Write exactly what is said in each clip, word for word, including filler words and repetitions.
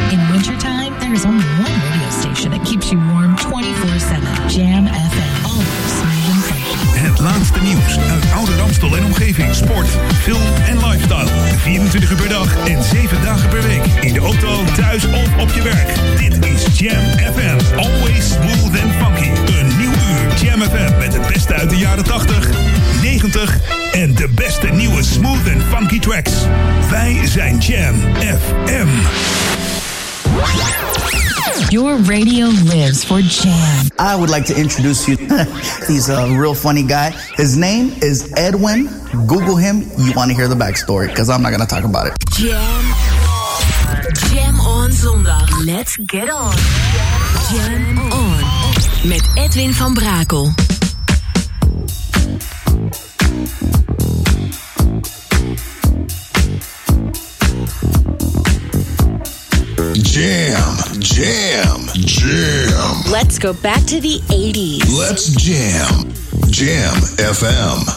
In wintertime, there is only one radio station that keeps you warm twenty-four seven. Jam F M. Always smooth and funky. Het laatste nieuws uit oude Ramstel en omgeving. Sport, film en lifestyle. vierentwintig uur per dag en zeven dagen per week. In de auto, thuis of op je werk. Dit is Jam F M. Always smooth and funky. Een nieuw uur Jam F M met het beste uit de jaren tachtig, negentig en de beste nieuwe smooth and funky tracks. Wij zijn Jam F M. Your radio lives for Jam. I would like to introduce you. He's a real funny guy. His name is Edwin. Google him. You want to hear the backstory, because I'm not going to talk about it. Jam. Jam on zondag. Let's get on. Jam on. Met Edwin van Brakel. Jam, jam, jam. Let's go back to the eighties. Let's jam. Jam F M.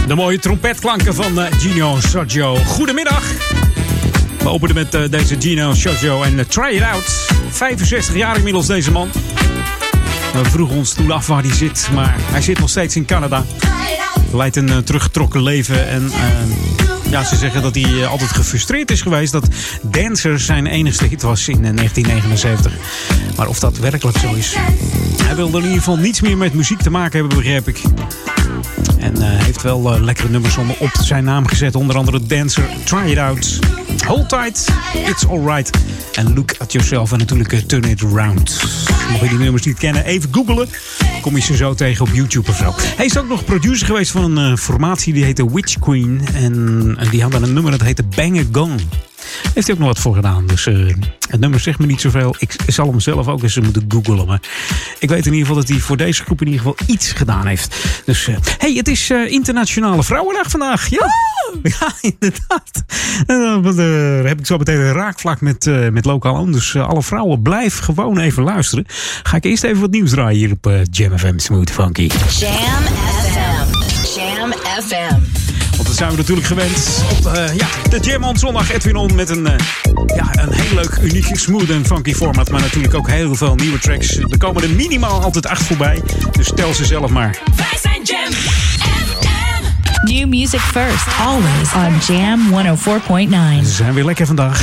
De mooie trompetklanken van uh, Gino Soggio. Goedemiddag. We openen met uh, deze Gino Soggio en uh, Try It Out. vijfenzestig jaar inmiddels deze man. We vroegen ons toen af waar hij zit, maar hij zit nog steeds in Canada. Leidt een uh, teruggetrokken leven en... Uh, Ja, ze zeggen dat hij uh, altijd gefrustreerd is geweest dat Dancer zijn enigste hit was in uh, negentien negenenzeventig. Maar of dat werkelijk zo is... Hij wilde in ieder geval niets meer met muziek te maken hebben, begrijp ik. En uh, heeft wel uh, lekkere nummers onder op zijn naam gezet. Onder andere Dancer, Try It Out, Hold Tight, It's Alright. En Look at Yourself en natuurlijk uh, Turn It Around. Mocht je die nummers niet kennen, even googlen. Kom je ze zo tegen op YouTube of zo. Hij is ook nog producer geweest van een uh, formatie die heette Witch Queen. En uh, die hadden een nummer dat heette Bang A Gong. Heeft hij ook nog wat voor gedaan. Dus uh, het nummer zegt me niet zoveel. Ik zal hem zelf ook eens moeten googlen. Maar ik weet in ieder geval dat hij voor deze groep in ieder geval iets gedaan heeft. Dus, uh, hey, het is uh, Internationale Vrouwendag vandaag. Ja, ja inderdaad. En uh, uh, heb ik zo meteen een raakvlak met, uh, met Lokaal On. Dus uh, alle vrouwen, blijf gewoon even luisteren. Ga ik eerst even wat nieuws draaien hier op uh, Jam F M Smooth Funky. Jam F M. Jam F M. Want dat zijn we natuurlijk gewend op uh, ja, de Jam on zondag. Edwin On met een, uh, ja, een heel leuk, uniek, smooth en funky format. Maar natuurlijk ook heel veel nieuwe tracks. Er komen er minimaal altijd acht voorbij. Dus tel ze zelf maar. Wij zijn Jam F M. New music first, always on Jam honderdvier komma negen. Ze zijn weer lekker vandaag.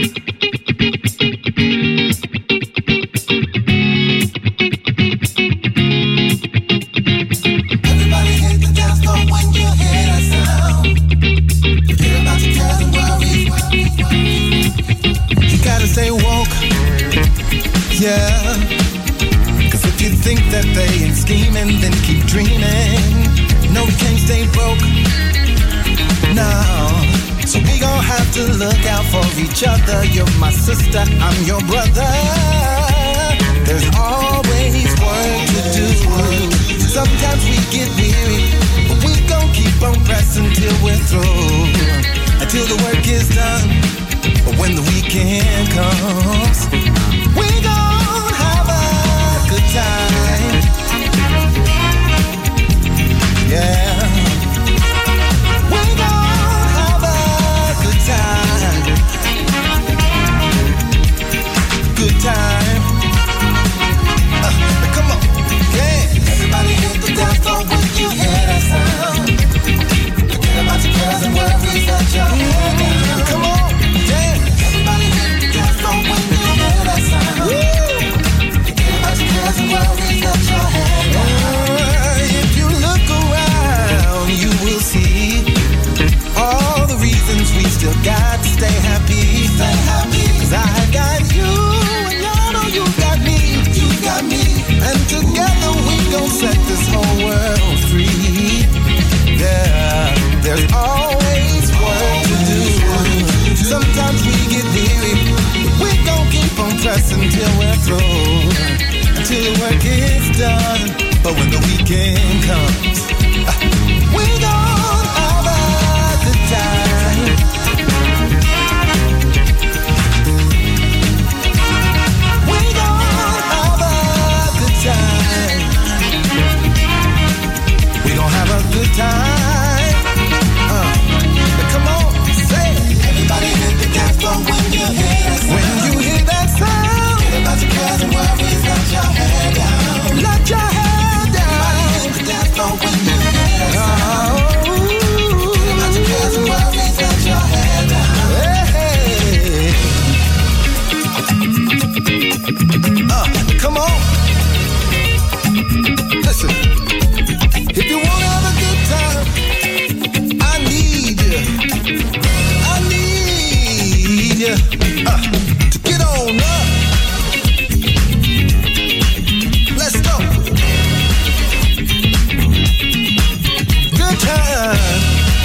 Stay woke, yeah. Cause if you think that they ain't scheming, then keep dreaming. No, we can't stay broke, no. So we gon' have to look out for each other. You're my sister, I'm your brother. There's always work to do. Sometimes we get weary, but we gon' keep on pressing till we're through. Until the work is done. But when the weekend comes, we gon' have a good time. Yeah. We gon' have a good time. Good time. Uh, come on. Yeah. Everybody hit the dance floor when you hear that sound. Forget about your cares and worries, let your head down. Come on. If you look around, you will see all the reasons we still got to stay happy. Stay happy. 'Cause I got you, and y'all know you got me. You got me. And together we gon' set this whole world free. Yeah, there's always work to do. Sometimes we get weary, but we gon' keep on pressing till we're through. Until the work is done. But when the weekend comes, uh, we gon' have a good time. We gon' have a good time. We gon' have a good time. Uh, come on, say it. Everybody hit the dance floor when you hear that sound. When you hear that sound. Forget about your cares and worries, let your head down. Let your head down. Everybody hit the dance floor when you hear that sound. Oh. Forget about your cares and worries, let your head down. Hey. Uh, come on. Listen. If you wanna have a good time, I need you. I need you uh, to get on up. Let's go. Good time.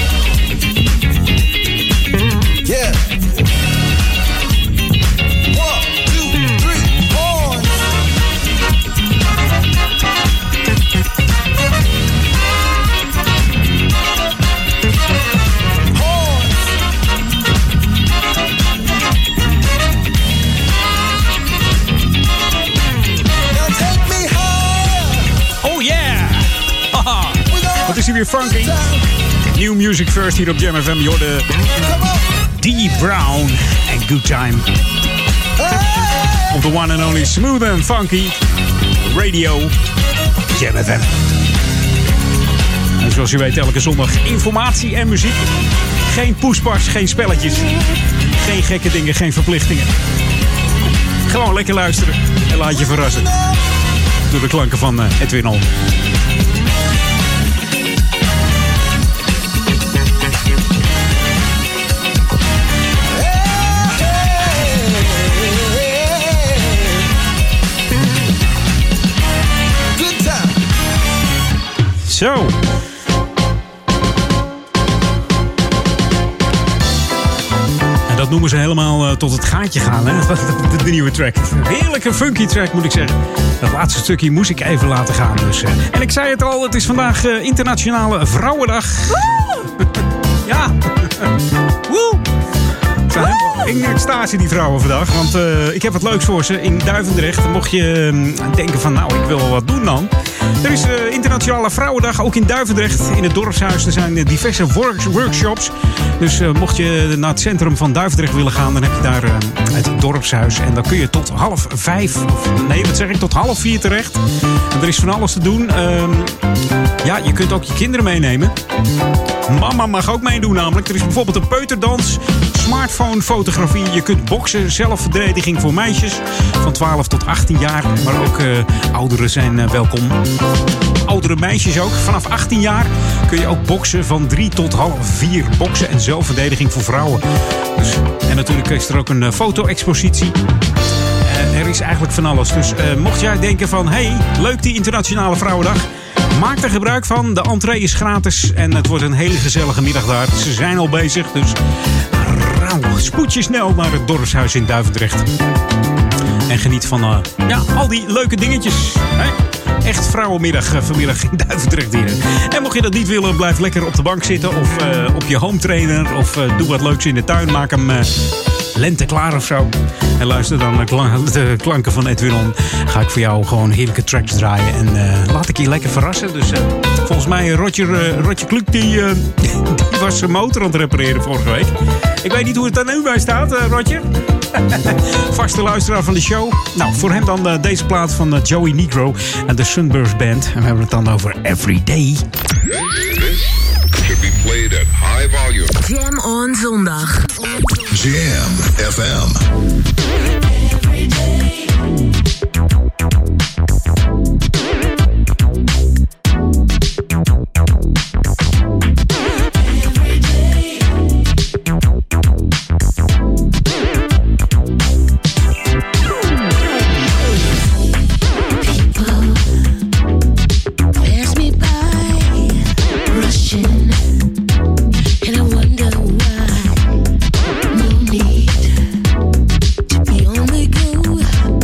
Yeah. One, two, three, horns. Wat is hier weer funky? New Music First hier op Jam F M. Je hoorde Dee Brown en Good Time. Op de one and only Smooth and Funky Radio Jam F M. En zoals u weet, elke zondag informatie en muziek. Geen poespas, geen spelletjes. Geen gekke dingen, geen verplichtingen. Gewoon lekker luisteren en laat je verrassen. Door de klanken van uh, Edwin On. Zo. En dat noemen ze helemaal uh, tot het gaatje gaan, hè? De, de nieuwe track. Heerlijke funky track, moet ik zeggen. Dat laatste stukje moest ik even laten gaan. Dus, uh. En ik zei het al, het is vandaag uh, Internationale Vrouwendag. Ja. Woe! Ze zijn helemaal in extase, die vrouwen vandaag. Want uh, ik heb wat leuks voor ze in Duivendrecht. Mocht je uh, denken van, nou, ik wil wel wat doen dan. Er is uh, Internationale Vrouwendag, ook in Duivendrecht. In het dorpshuis. Er zijn uh, diverse work- workshops. Dus uh, mocht je naar het centrum van Duivendrecht willen gaan, dan heb je daar uh, het dorpshuis. En dan kun je tot half vijf, of nee, wat zeg ik, tot half vier terecht. En er is van alles te doen. Uh, ja, je kunt ook je kinderen meenemen. Mama mag ook meedoen namelijk. Er is bijvoorbeeld een peuterdans, smartphone-fotografie. Je kunt boksen, zelfverdediging voor meisjes van twaalf tot achttien jaar. Maar ook uh, ouderen zijn uh, welkom. Oudere meisjes ook. Vanaf achttien jaar kun je ook boksen van drie tot half vier. Boksen en zelfverdediging voor vrouwen. Dus, en natuurlijk is er ook een uh, foto-expositie. Uh, er is eigenlijk van alles. Dus uh, mocht jij denken van, hé, hey, leuk die Internationale Vrouwendag. Maak er gebruik van. De entree is gratis. En het wordt een hele gezellige middag daar. Ze zijn al bezig. Dus rauw, spoed je snel naar het dorpshuis in Duivendrecht. En geniet van uh, ja, al die leuke dingetjes. Hè? Echt vrouwenmiddag uh, vanmiddag in Duivendrecht hier. En mocht je dat niet willen, blijf lekker op de bank zitten. Of uh, op je home trainer. Of uh, doe wat leuks in de tuin. Maak hem uh, lente klaar of zo. En luister dan naar klank, de klanken van Edwin On. Ga ik voor jou gewoon heerlijke tracks draaien. En uh, laat ik je lekker verrassen. Dus uh, volgens mij Roger, uh, Roger Kluk die, uh, die was zijn motor aan het repareren vorige week. Ik weet niet hoe het er nu bij staat, uh, Roger. Vaste luisteraar van de show. Nou, voor hem dan uh, deze plaat van uh, Joey Negro en de Sunburst Band. En we hebben het dan over Everyday. This should be played at high volume. Jam on zondag. Jam F M. And I wonder why. No need to be on the go.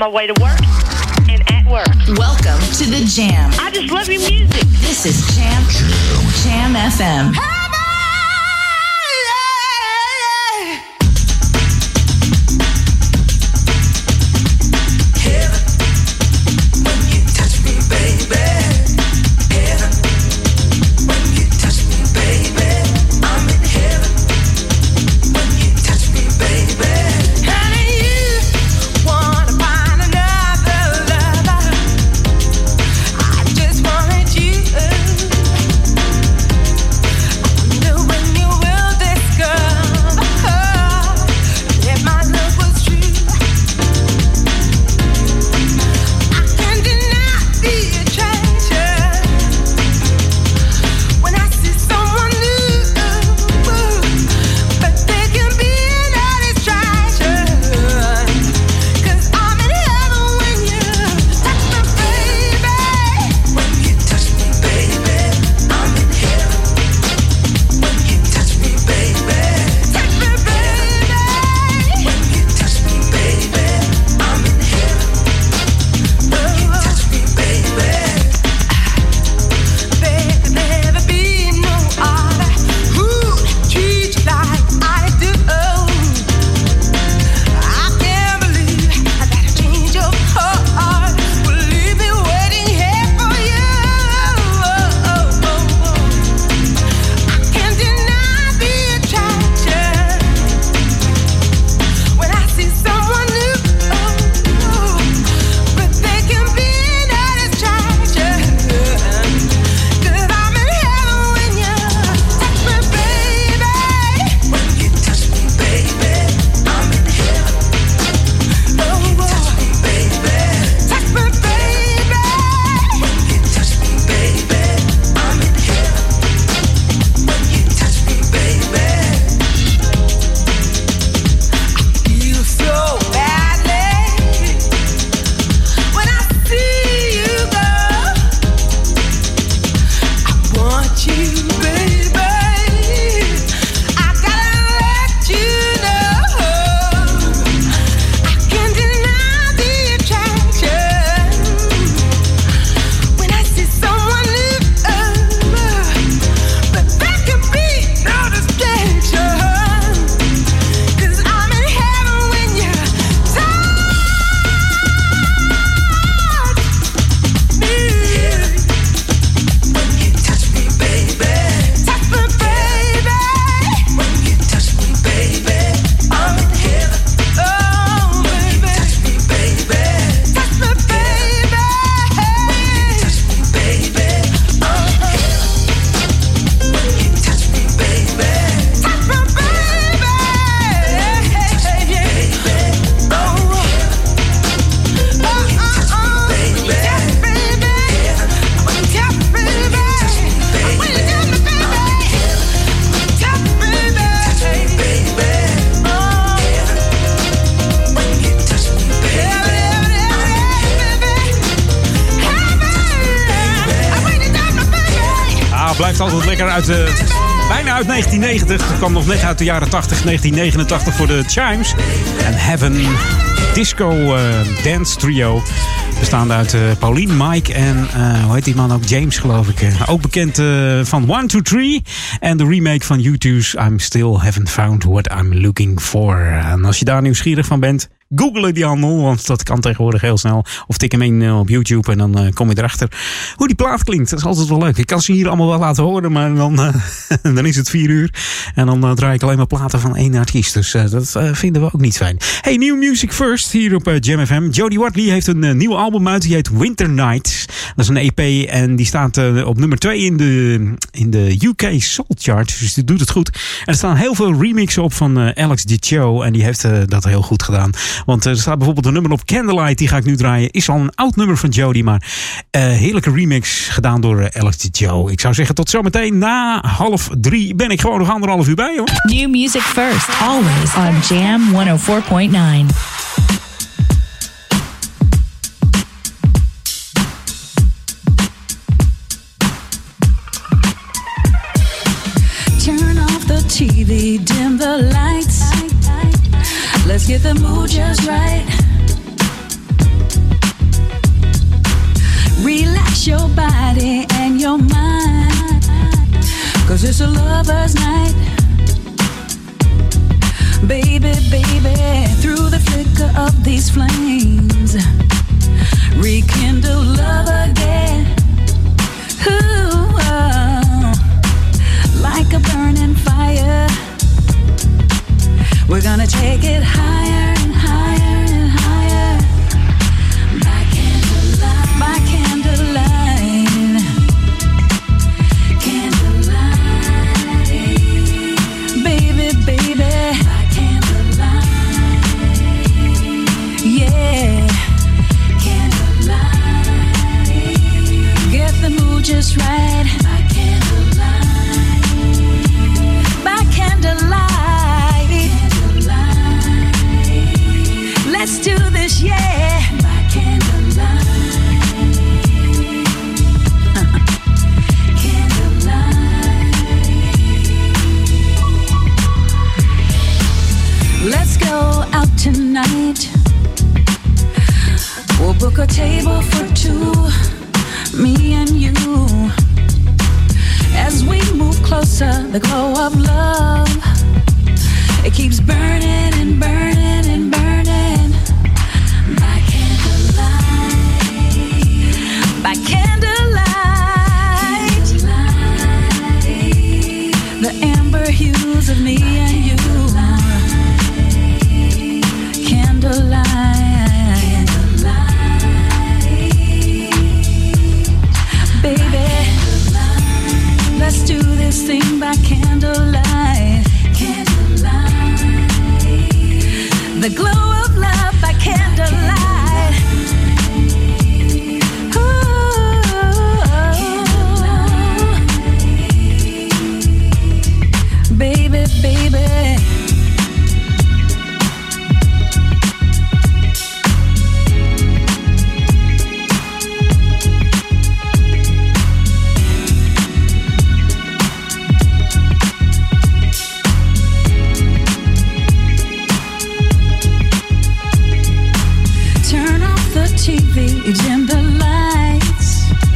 my way to work and at work. Welcome to the Jam. I just love your music. This is Jam, Jam F M. Blijft altijd lekker uit de, bijna uit negentien negentig. Het kwam nog net uit de jaren tachtig, negentien negenentachtig voor de Chimes. En Heaven Disco uh, Dance Trio. Bestaande uit uh, Pauline, Mike en uh, hoe heet die man ook? James, geloof ik. Uh, ook bekend uh, van one two three. En de remake van U two's I'm Still Haven't Found What I'm Looking For. En als je daar nieuwsgierig van bent, google die handel, want dat kan tegenwoordig heel snel. Of tik hem in uh, op YouTube en dan uh, kom je erachter hoe die plaat klinkt. Dat is altijd wel leuk. Ik kan ze hier allemaal wel laten horen, maar dan, uh, dan is het vier uur. En dan uh, draai ik alleen maar platen van één artiest. Dus uh, dat uh, vinden we ook niet fijn. Hey, New Music First hier op uh, Jam F M. Jody Watley heeft een uh, nieuw album uit. Die heet Winter Nights. Dat is een E P en die staat uh, op nummer twee in de, in de U K Soul Chart. Dus die doet het goed. En er staan heel veel remixen op van uh, Alex Dicho. En die heeft uh, dat heel goed gedaan. Want uh, er staat bijvoorbeeld een nummer op Candlelight. Die ga ik nu draaien. Is al een oud nummer van Jody. Maar uh, heerlijke remix gedaan door uh, Alex Dicho. Ik zou zeggen tot zometeen. Na half drie ben ik gewoon nog anderhalf uur bij, hoor. New music first. Always on Jam honderdvier komma negen. Turn off the T V, dim the lights. Let's get the mood just right. Relax your body and your mind, 'cause it's a lover's night. Baby, baby, through the flicker of these flames, rekindle love again. Ooh, oh, like a burning fire, we're gonna take it higher and higher and higher. By candlelight, by candlelight, candlelight, baby, baby, by candlelight, yeah, candlelight, get the mood just right. By candlelight, by candlelight. Let's do this, yeah. By candlelight, candlelight. Let's go out tonight. We'll book a table for two, me and you. As we move closer, the glow of love, it keeps burning and burning and burning. By candlelight, by candlelight, the amber hues of me and you. Candlelight, baby, let's do this thing by candlelight. The glow of love by candlelight. Ooh, baby, baby. T V, dim the lights.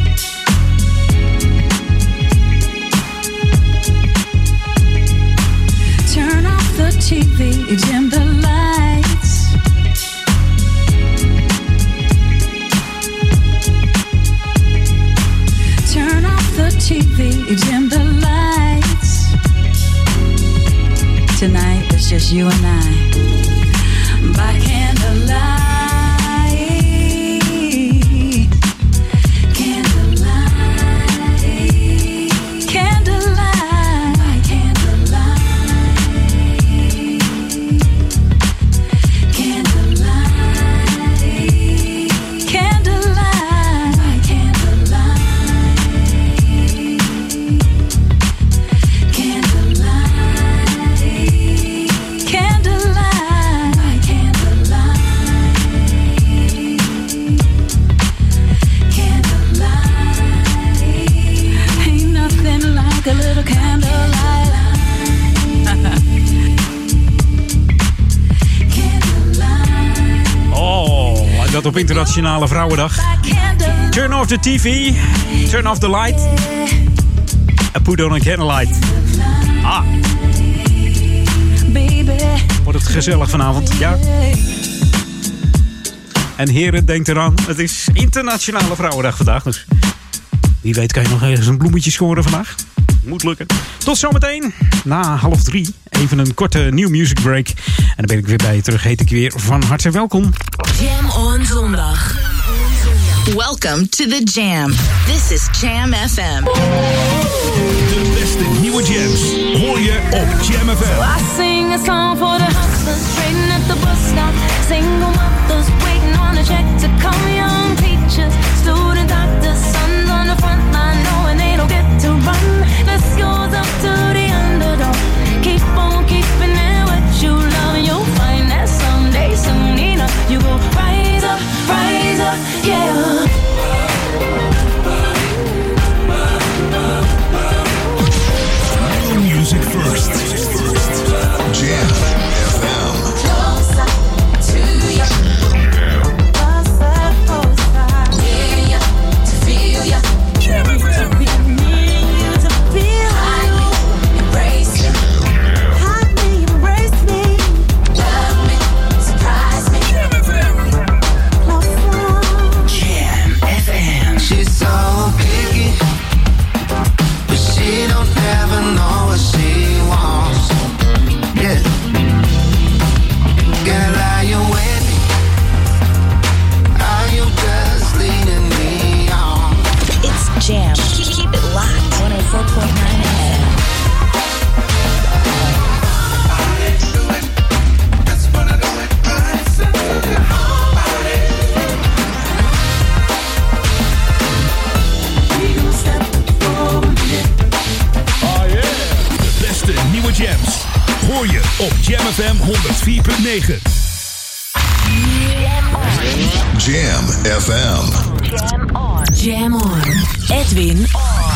Turn off the T V, dim the lights. Turn off the T V, dim the lights. Tonight it's just you and I. By candlelight. Op Internationale Vrouwendag. Turn off the T V. Turn off the light. And put on a candlelight. Ah. Wordt het gezellig vanavond, ja. En heren, denk eraan. Het is Internationale Vrouwendag vandaag. Dus wie weet kan je nog ergens een bloemetje scoren vandaag. Moet lukken. Tot zometeen. Na half drie. Even een korte new music break. En dan ben ik weer bij je terug. Heet ik weer van harte welkom. Jam on zondag. Welcome to the Jam. This is Jam F M. De beste nieuwe jams hoor je op Jam F M. So I sing a song for the hustlers trading at the bus stop. Single mothers waiting on a check to come. Young teachers, student doctors, sons on the front line knowing they don't get to run. This goes up to the underdog. Keep on keeping it what you love and you'll find that someday, soon enough, you will rise up, rise up, yeah. Music first. Jam F M. Closer to you. Closer, closer. Near you to op Jam F M honderd vier punt negen. Jam F M. Jam on. Jam on. Edwin on.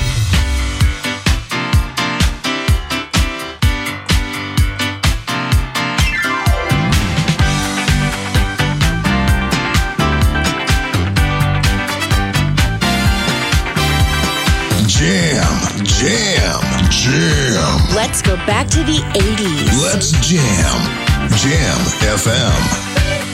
Jam, jam, jam. Let's go back to the eighties. Let's jam. Jam F M.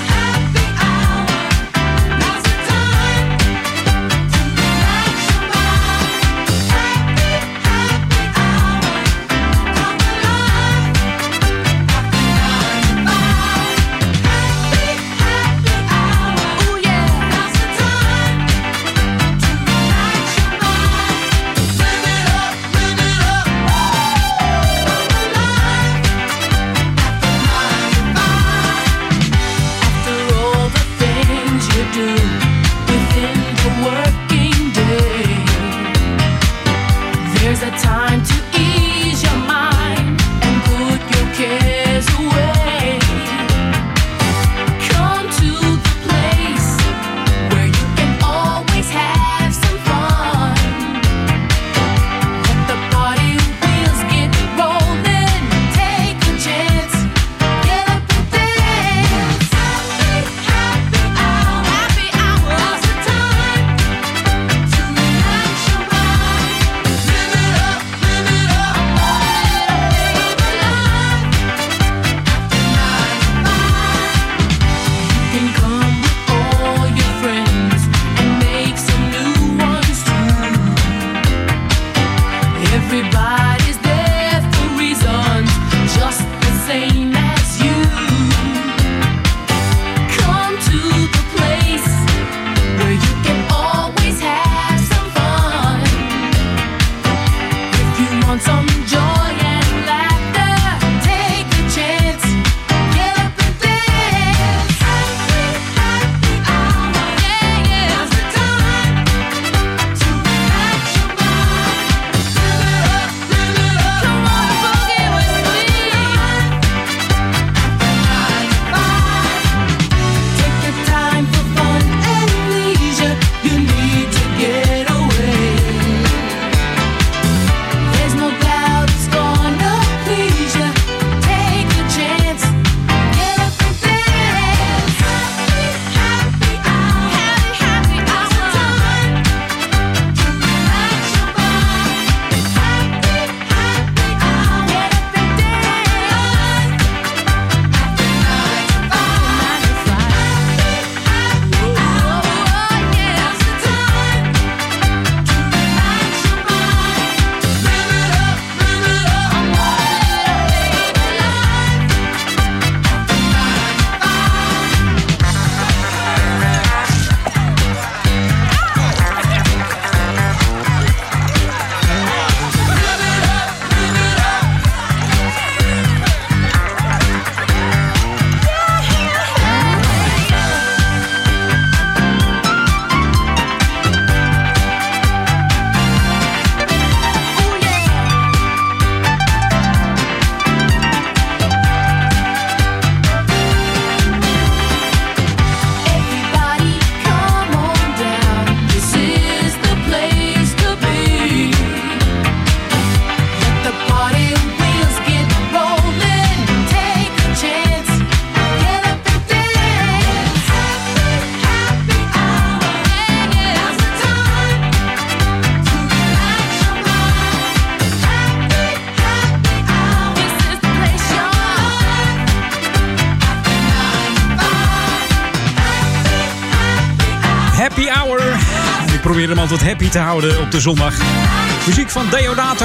Probeer hem altijd happy te houden op de zondag. Muziek van Deodato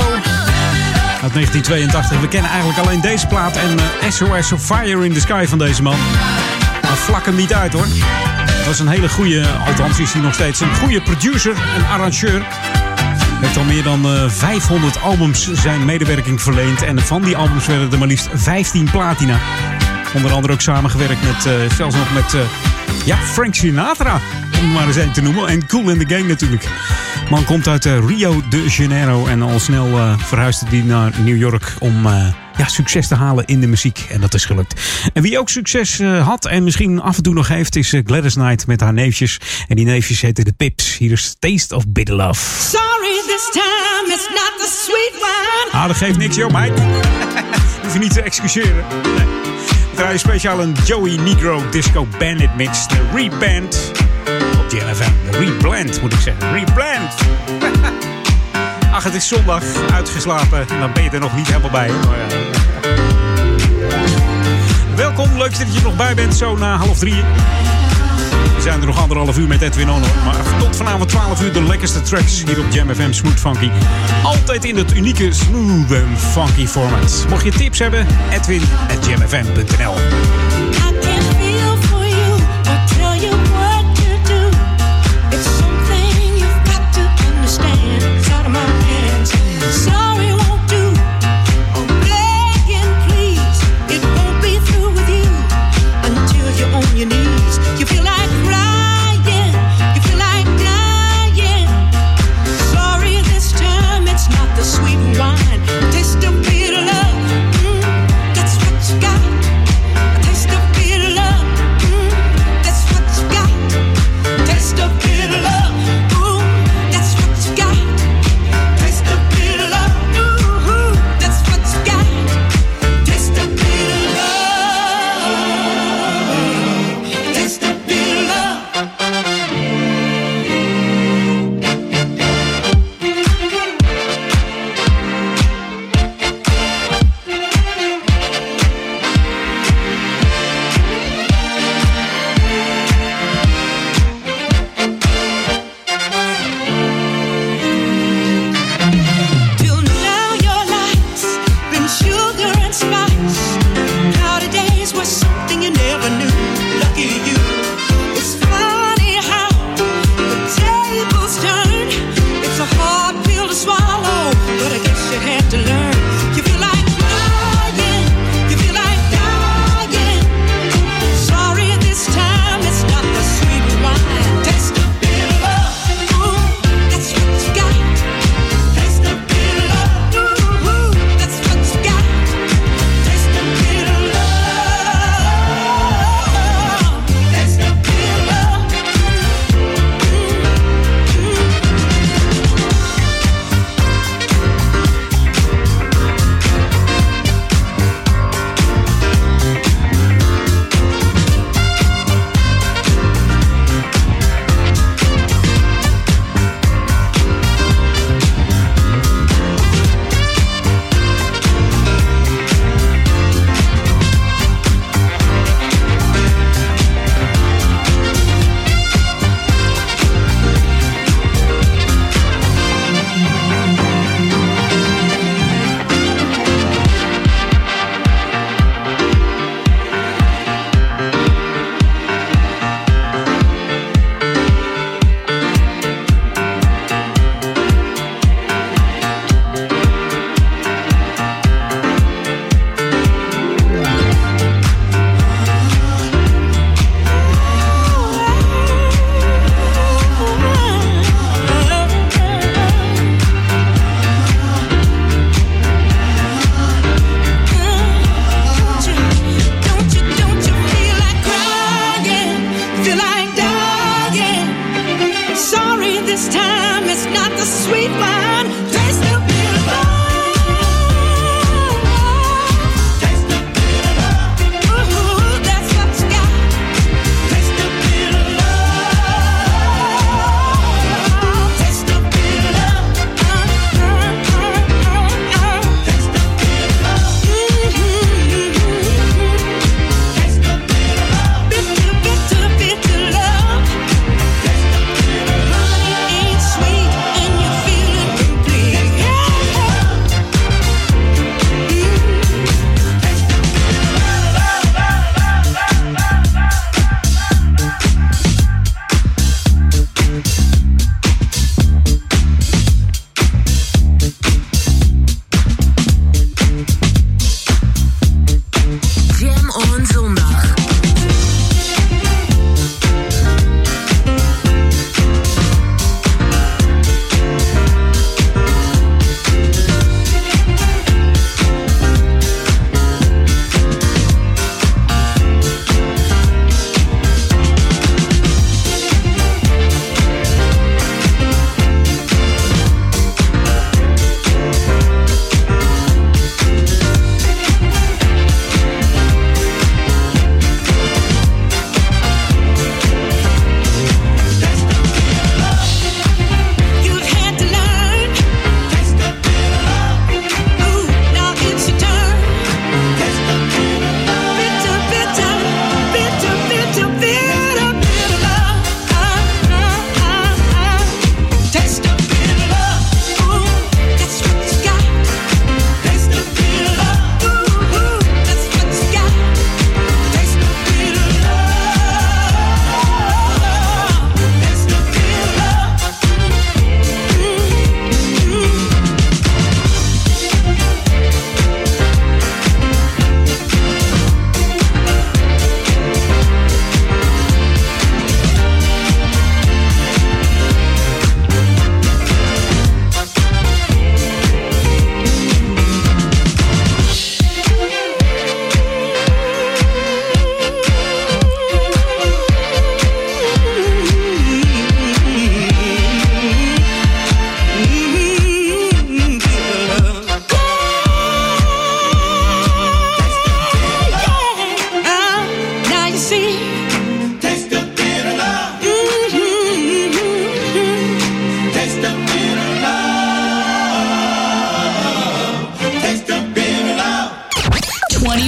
uit negentien tweeëntachtig. We kennen eigenlijk alleen deze plaat en uh, S O S of Fire in the Sky van deze man. Maar vlak hem niet uit hoor. Het was een hele goede, althans is hij nog steeds een goede producer en arrangeur. Heeft al meer dan uh, vijfhonderd albums zijn medewerking verleend. En van die albums werden er maar liefst vijftien platina. Onder andere ook samengewerkt met, uh, zelfs nog met uh, ja, Frank Sinatra. Om maar eens een te noemen. En Kool and the Gang natuurlijk. Man komt uit uh, Rio de Janeiro. En al snel uh, verhuisde hij naar New York om uh, ja, succes te halen in de muziek. En dat is gelukt. En wie ook succes uh, had en misschien af en toe nog heeft, is uh, Gladys Knight met haar neefjes. En die neefjes heten de Pips. Hier is Taste of Bitter Love. Sorry, this time it's not the sweet one. Ah, dat geeft niks, joh, meid. Hoef je niet te excuseren. Nee. We draaien speciaal een Joey Negro Disco Bandit mix. De Reband. Op J M F M. De Reblend, moet ik zeggen. Reblend. Ach, het is zondag. Uitgeslapen. En dan ben je er nog niet helemaal bij. Maar ja. Welkom. Leuk dat je er nog bij bent. Zo na half drie. We zijn er nog anderhalf uur met Edwin On. Maar tot vanavond twaalf uur de lekkerste tracks hier op Jam F M Smooth Funky. Altijd in het unieke smooth en funky format. Mocht je tips hebben, Edwin at jam f m punt n l. Taste of bitter love, mm, that's what you got. A taste of bitter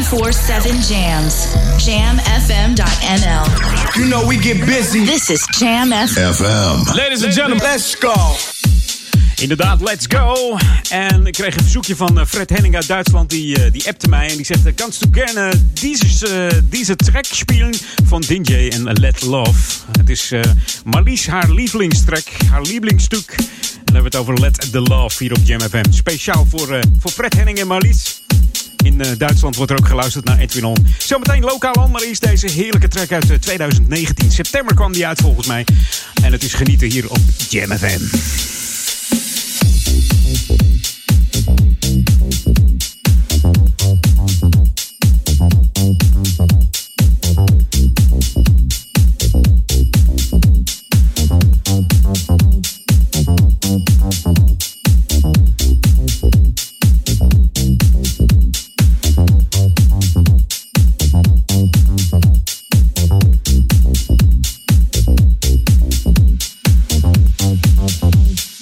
twenty-four seven jams. jam f m dot n l. You know we get busy. This is Jam F M. F M. Ladies and gentlemen, let's go. Inderdaad, let's go. En ik kreeg een verzoekje van Fred Henning uit Duitsland. Die, uh, die appte mij en die zegt... Kannst du gerne dieses, uh, deze track spelen van D J en Let Love. Het is uh, Marlies haar lievelingstrack, haar lievelingsstuk. En dan hebben we het over Let the Love hier op Jam F M. Speciaal voor, uh, voor Fred Henning en Marlies. In uh, Duitsland wordt er ook geluisterd naar Edwin On. Zometeen lokaal aan, maar eerst deze heerlijke track uit uh, twintig negentien. September kwam die uit volgens mij. En het is genieten hier op Jam F M. We'll be right back.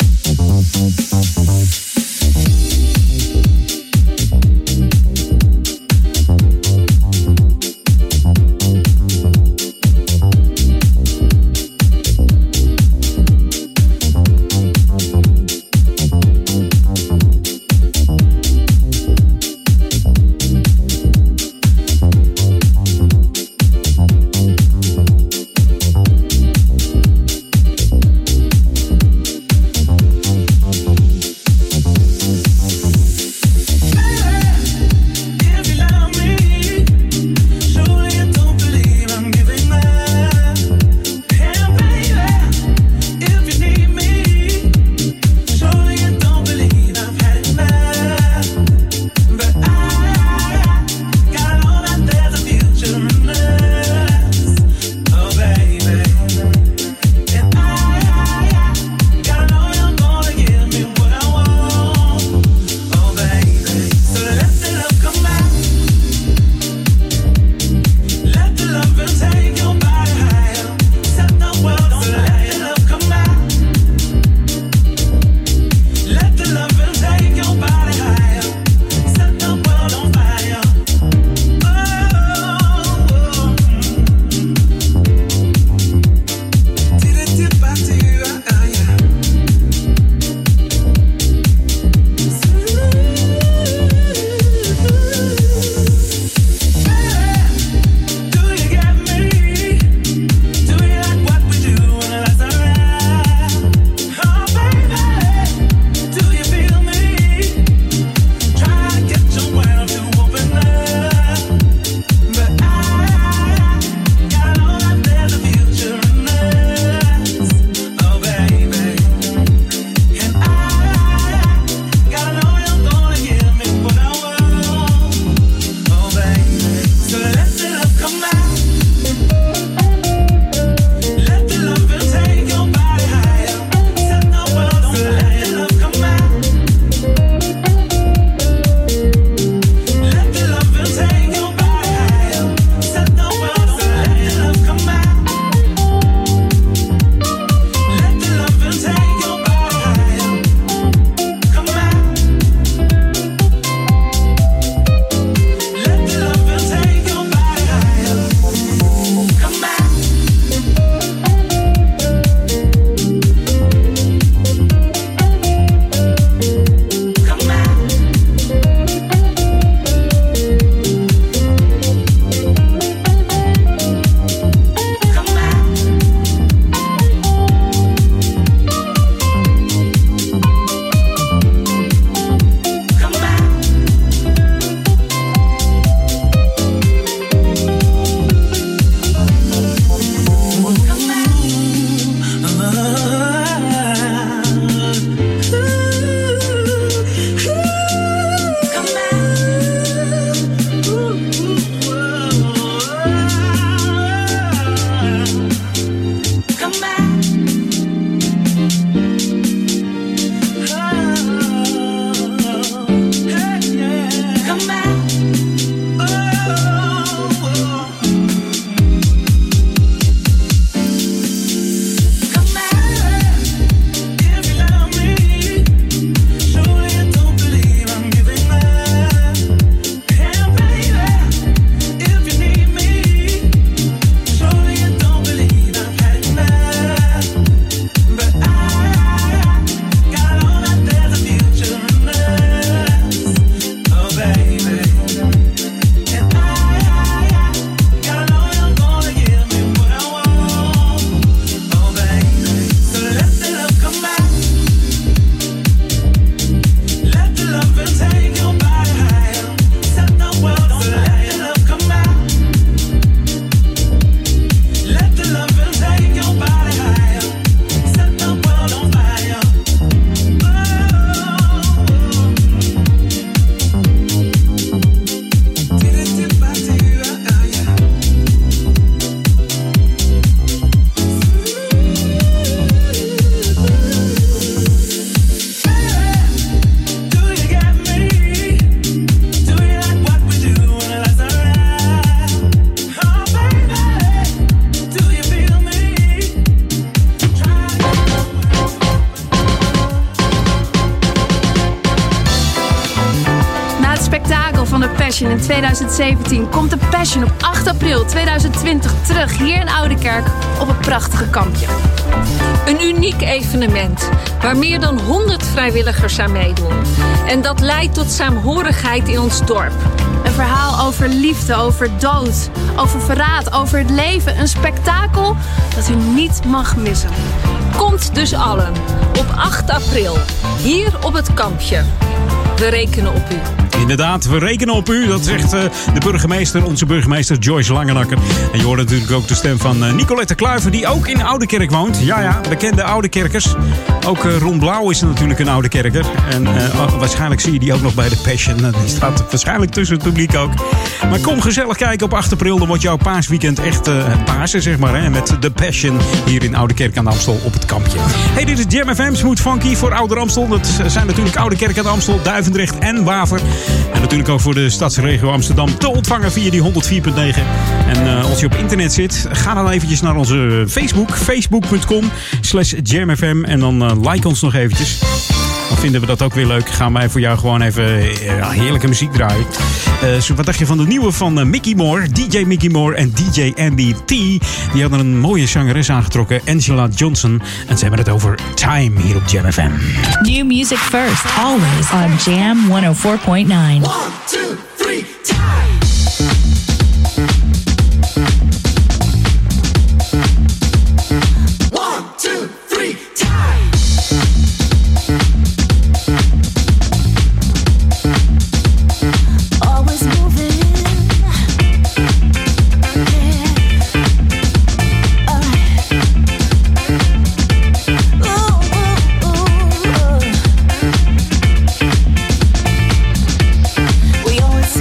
de Passion in tweeduizend zeventien komt de Passion op acht april tweeduizend twintig terug hier in Oudekerk op een prachtige kampje. Een uniek evenement waar meer dan honderd vrijwilligers aan meedoen. En dat leidt tot saamhorigheid in ons dorp. Een verhaal over liefde, over dood, over verraad, over het leven. Een spektakel dat u niet mag missen. Komt dus allen op acht april hier op het kampje. We rekenen op u. Inderdaad, we rekenen op u. Dat zegt uh, de burgemeester, onze burgemeester Joyce Langenakker. En je hoort natuurlijk ook de stem van uh, Nicolette Kluiver, die ook in Oudekerk woont. Ja, ja, bekende Oudekerkers. Ook uh, Ron Blauw is natuurlijk een Oudekerker. En uh, waarschijnlijk zie je die ook nog bij de Passion. Die staat waarschijnlijk tussen het publiek ook. Maar kom gezellig kijken op acht april. Dan wordt jouw paasweekend echt uh, Pasen, zeg maar. Hè, met de Passion hier in Oudekerk aan de Amstel op het kampje. Hey, dit is Jam F M, Smooth Funky voor Ouder Amstel. Dat zijn natuurlijk Oudekerk aan de Amstel, Duivendrecht en Waver. En natuurlijk ook voor de stadsregio Amsterdam te ontvangen via die honderd vier komma negen. En uh, als je op internet zit, ga dan eventjes naar onze Facebook. Facebook punt com slash Jam F M. En dan uh, like ons nog eventjes. Dan vinden we dat ook weer leuk. Gaan wij voor jou gewoon even uh, heerlijke muziek draaien. Uh, zo, wat dacht je van de nieuwe van uh, Mickey Moore? D J Mickey Moore en D J Andy T. Die hadden een mooie zangeres aangetrokken. Angela Johnson. En ze hebben het over Time hier op Jam F M. New music first. Always on Jam honderdvier komma negen. One, two, three, time. We always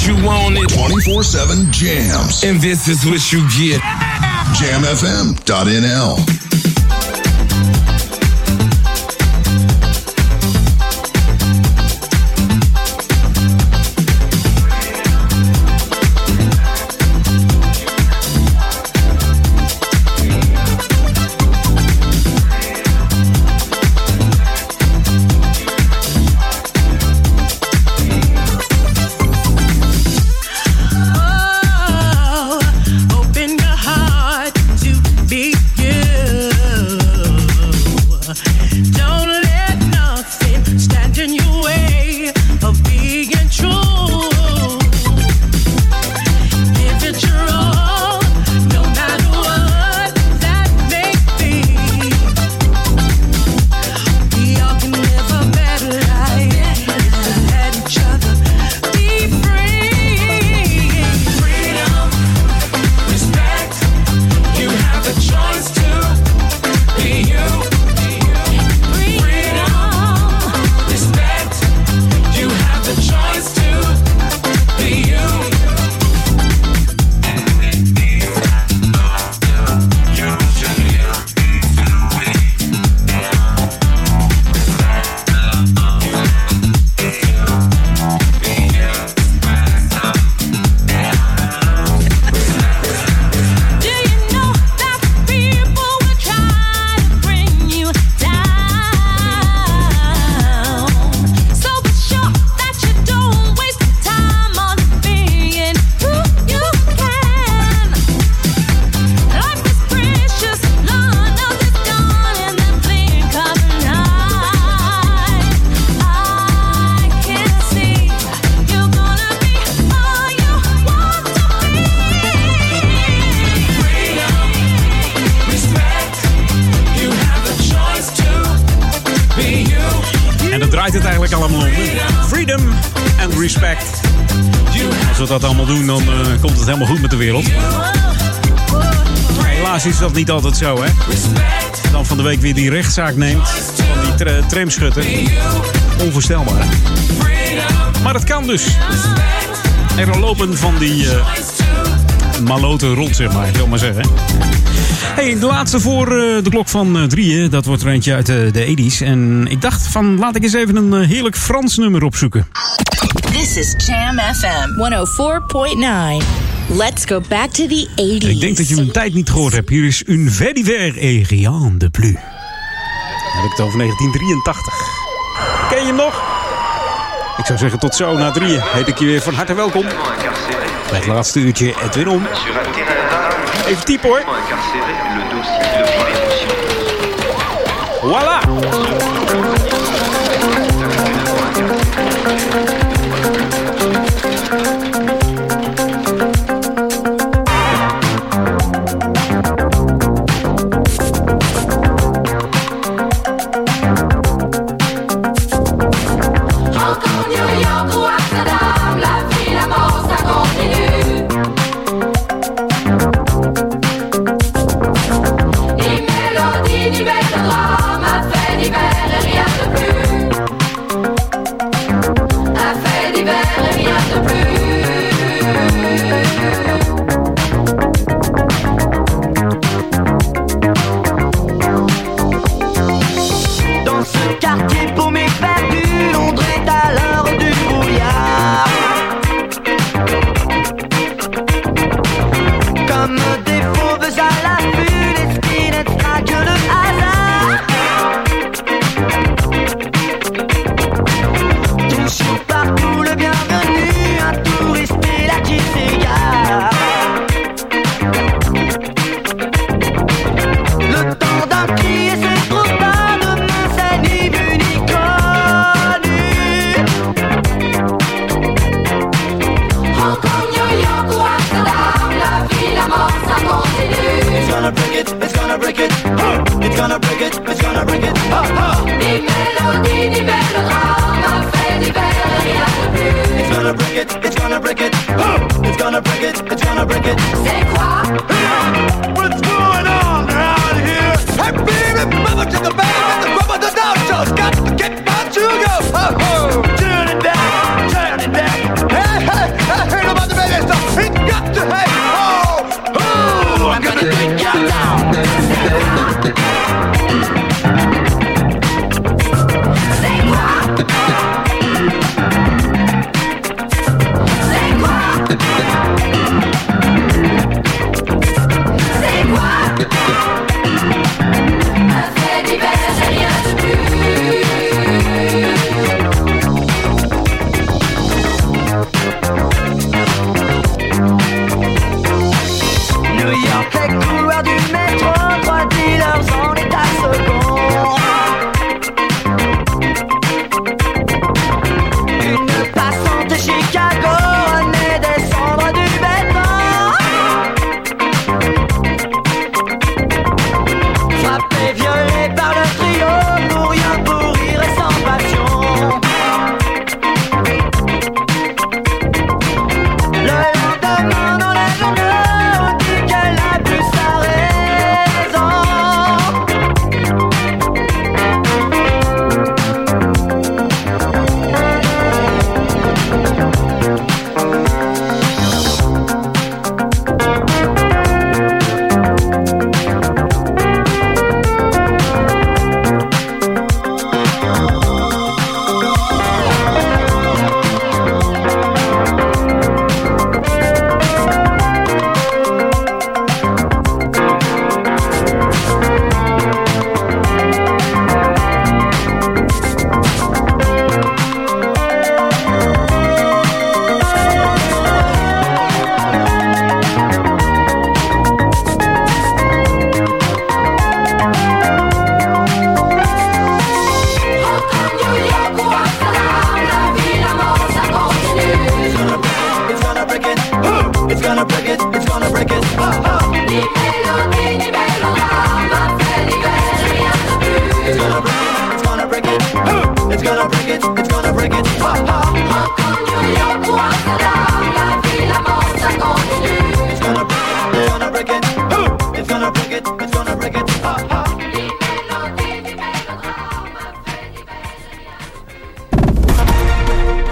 you want it. twenty-four seven jams. And this is what you get. jam f m dot n l. Is dat niet altijd zo, hè? Dan van de week weer die rechtszaak neemt van die tra- tramschutter. Onvoorstelbaar. Maar dat kan dus. Er lopen van die uh, maloten rond, zeg maar. Ik wil maar zeggen. Hey, de laatste voor uh, de klok van uh, drieën. Dat wordt er eentje uit uh, de eighties. En ik dacht van, laat ik eens even een uh, heerlijk Frans nummer opzoeken. This is Jam F M honderdvier komma negen. Let's go back to the eighties. Ik denk dat je mijn tijd niet gehoord hebt. Hier is Un fait divers et rien de plus. Dan heb ik het over negentien drieëntachtig. Ken je hem nog? Ik zou zeggen tot zo na drieën. Heet ik je weer van harte welkom. Bij het laatste uurtje Edwin On. Even typen hoor. Voilà. Hey, hey, hey, hey.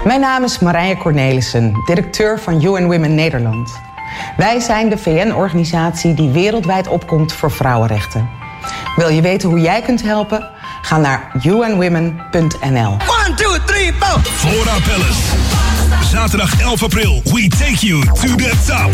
Mijn naam is Marije Cornelissen, directeur van U N Women Nederland. Wij zijn de V N-organisatie die wereldwijd opkomt voor vrouwenrechten. Wil je weten hoe jij kunt helpen? Ga naar u n women punt n l. one, two, three, four. Flora Palace. Zaterdag elf april. We take you to the top.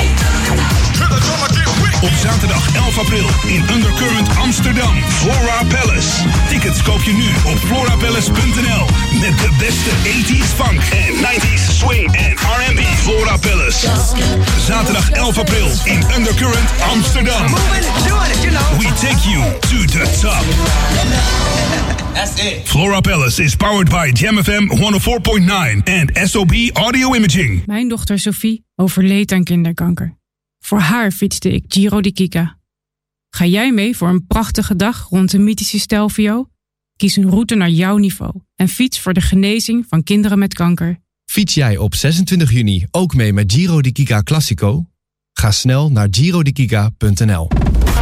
Op zaterdag elf april in Undercurrent Amsterdam. Flora Palace. Tickets koop je nu op flora palace punt n l. Met de beste eighties funk en nineties swing en R en B. Flora Palace. Zaterdag elf april in Undercurrent Amsterdam. We take you to the top. That's it. Flora Palace is powered by Jam F M honderdvier komma negen en S O B Audio Imaging. Mijn dochter Sophie overleed aan kinderkanker. Voor haar fietste ik Giro di Kika. Ga jij mee voor een prachtige dag rond de mythische Stelvio? Kies een route naar jouw niveau en fiets voor de genezing van kinderen met kanker. Fiets jij op zesentwintig juni ook mee met Giro di Kika Classico? Ga snel naar giro di kika punt n l.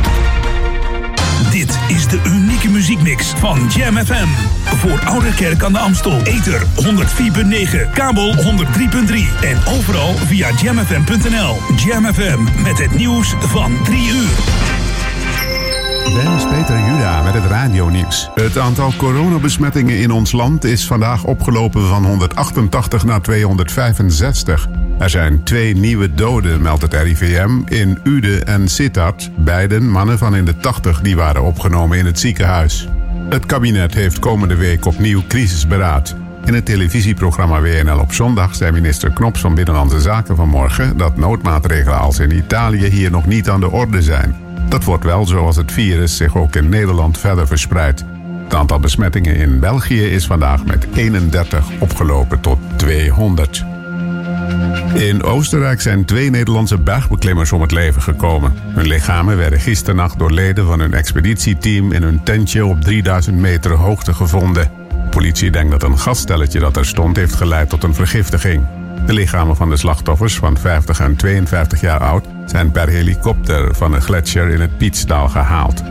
Dit is de unieke muziekmix van Jam F M. Voor Ouderkerk aan de Amstel. Ether honderdvier komma negen, kabel honderd drie komma drie. En overal via jam f m punt n l. Jam F M met het nieuws van drie uur. Dennis Peter Juda met het radionieuws. Het aantal coronabesmettingen in ons land is vandaag opgelopen van honderdachtentachtig naar tweehonderdvijfenzestig. Er zijn twee nieuwe doden, meldt het R I V M, in Uden en Sittard. Beiden mannen van in de tachtig die waren opgenomen in het ziekenhuis. Het kabinet heeft komende week opnieuw crisisberaad. In het televisieprogramma W N L op zondag zei minister Knops van Binnenlandse Zaken vanmorgen dat noodmaatregelen als in Italië hier nog niet aan de orde zijn. Dat wordt wel zo als het virus zich ook in Nederland verder verspreidt. Het aantal besmettingen in België is vandaag met eenendertig opgelopen tot tweehonderd. In Oostenrijk zijn twee Nederlandse bergbeklimmers om het leven gekomen. Hun lichamen werden gisternacht door leden van hun expeditieteam in hun tentje op drieduizend meter hoogte gevonden. De politie denkt dat een gasstelletje dat er stond heeft geleid tot een vergiftiging. De lichamen van de slachtoffers van vijftig en tweeënvijftig jaar oud zijn per helikopter van een gletsjer in het Pietsdal gehaald.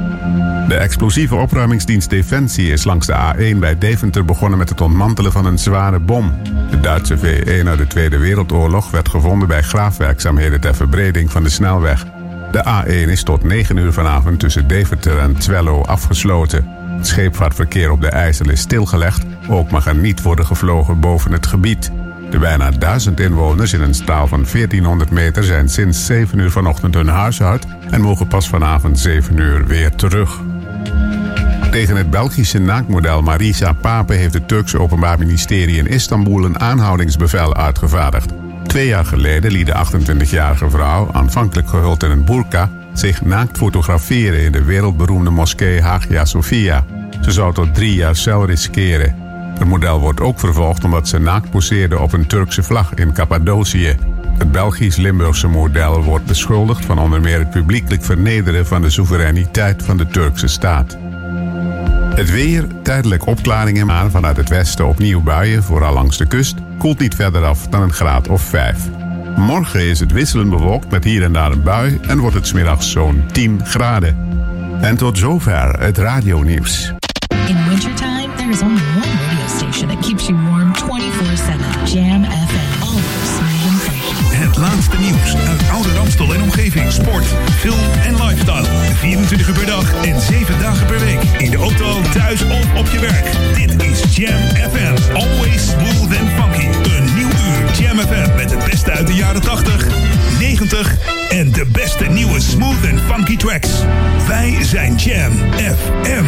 De explosieve opruimingsdienst Defensie is langs de A één bij Deventer begonnen met het ontmantelen van een zware bom. De Duitse V één uit de Tweede Wereldoorlog werd gevonden bij graafwerkzaamheden ter verbreding van de snelweg. De A één is tot negen uur vanavond tussen Deventer en Twello afgesloten. Het scheepvaartverkeer op de IJssel is stilgelegd, ook mag er niet worden gevlogen boven het gebied. De bijna duizend inwoners in een straal van veertienhonderd meter zijn sinds zeven uur vanochtend hun huis uit en mogen pas vanavond zeven uur weer terug. Tegen het Belgische naaktmodel Marisa Pape heeft het Turkse Openbaar Ministerie in Istanbul een aanhoudingsbevel uitgevaardigd. Twee jaar geleden liet de achtentwintigjarige vrouw, aanvankelijk gehuld in een burka, zich naakt fotograferen in de wereldberoemde moskee Hagia Sophia. Ze zou tot drie jaar cel riskeren. Het model wordt ook vervolgd omdat ze naakt poseerde op een Turkse vlag in Cappadocië. Het Belgisch-Limburgse model wordt beschuldigd van onder meer het publiekelijk vernederen van de soevereiniteit van de Turkse staat. Het weer, tijdelijk opklaringen, maar vanuit het westen opnieuw buien, vooral langs de kust, koelt niet verder af dan een graad of vijf. Morgen is het wisselend bewolkt met hier en daar een bui en wordt het 's middags zo'n tien graden. En tot zover het radionieuws. In wintertime, there is only one radio station that keeps you warm twenty-four seven. Jam F M. Always smooth and funky. Het laatste nieuws uit Oude Ramstel en omgeving. Sport, film en lifestyle. vierentwintig uur per dag en zeven dagen per week. In de auto, thuis of op je werk. Dit is Jam F M. Always smooth and funky. Een nieuw uur Jam F M met het beste uit de jaren tachtig, negentig en de beste nieuwe smooth and funky tracks. Wij zijn Jam F M.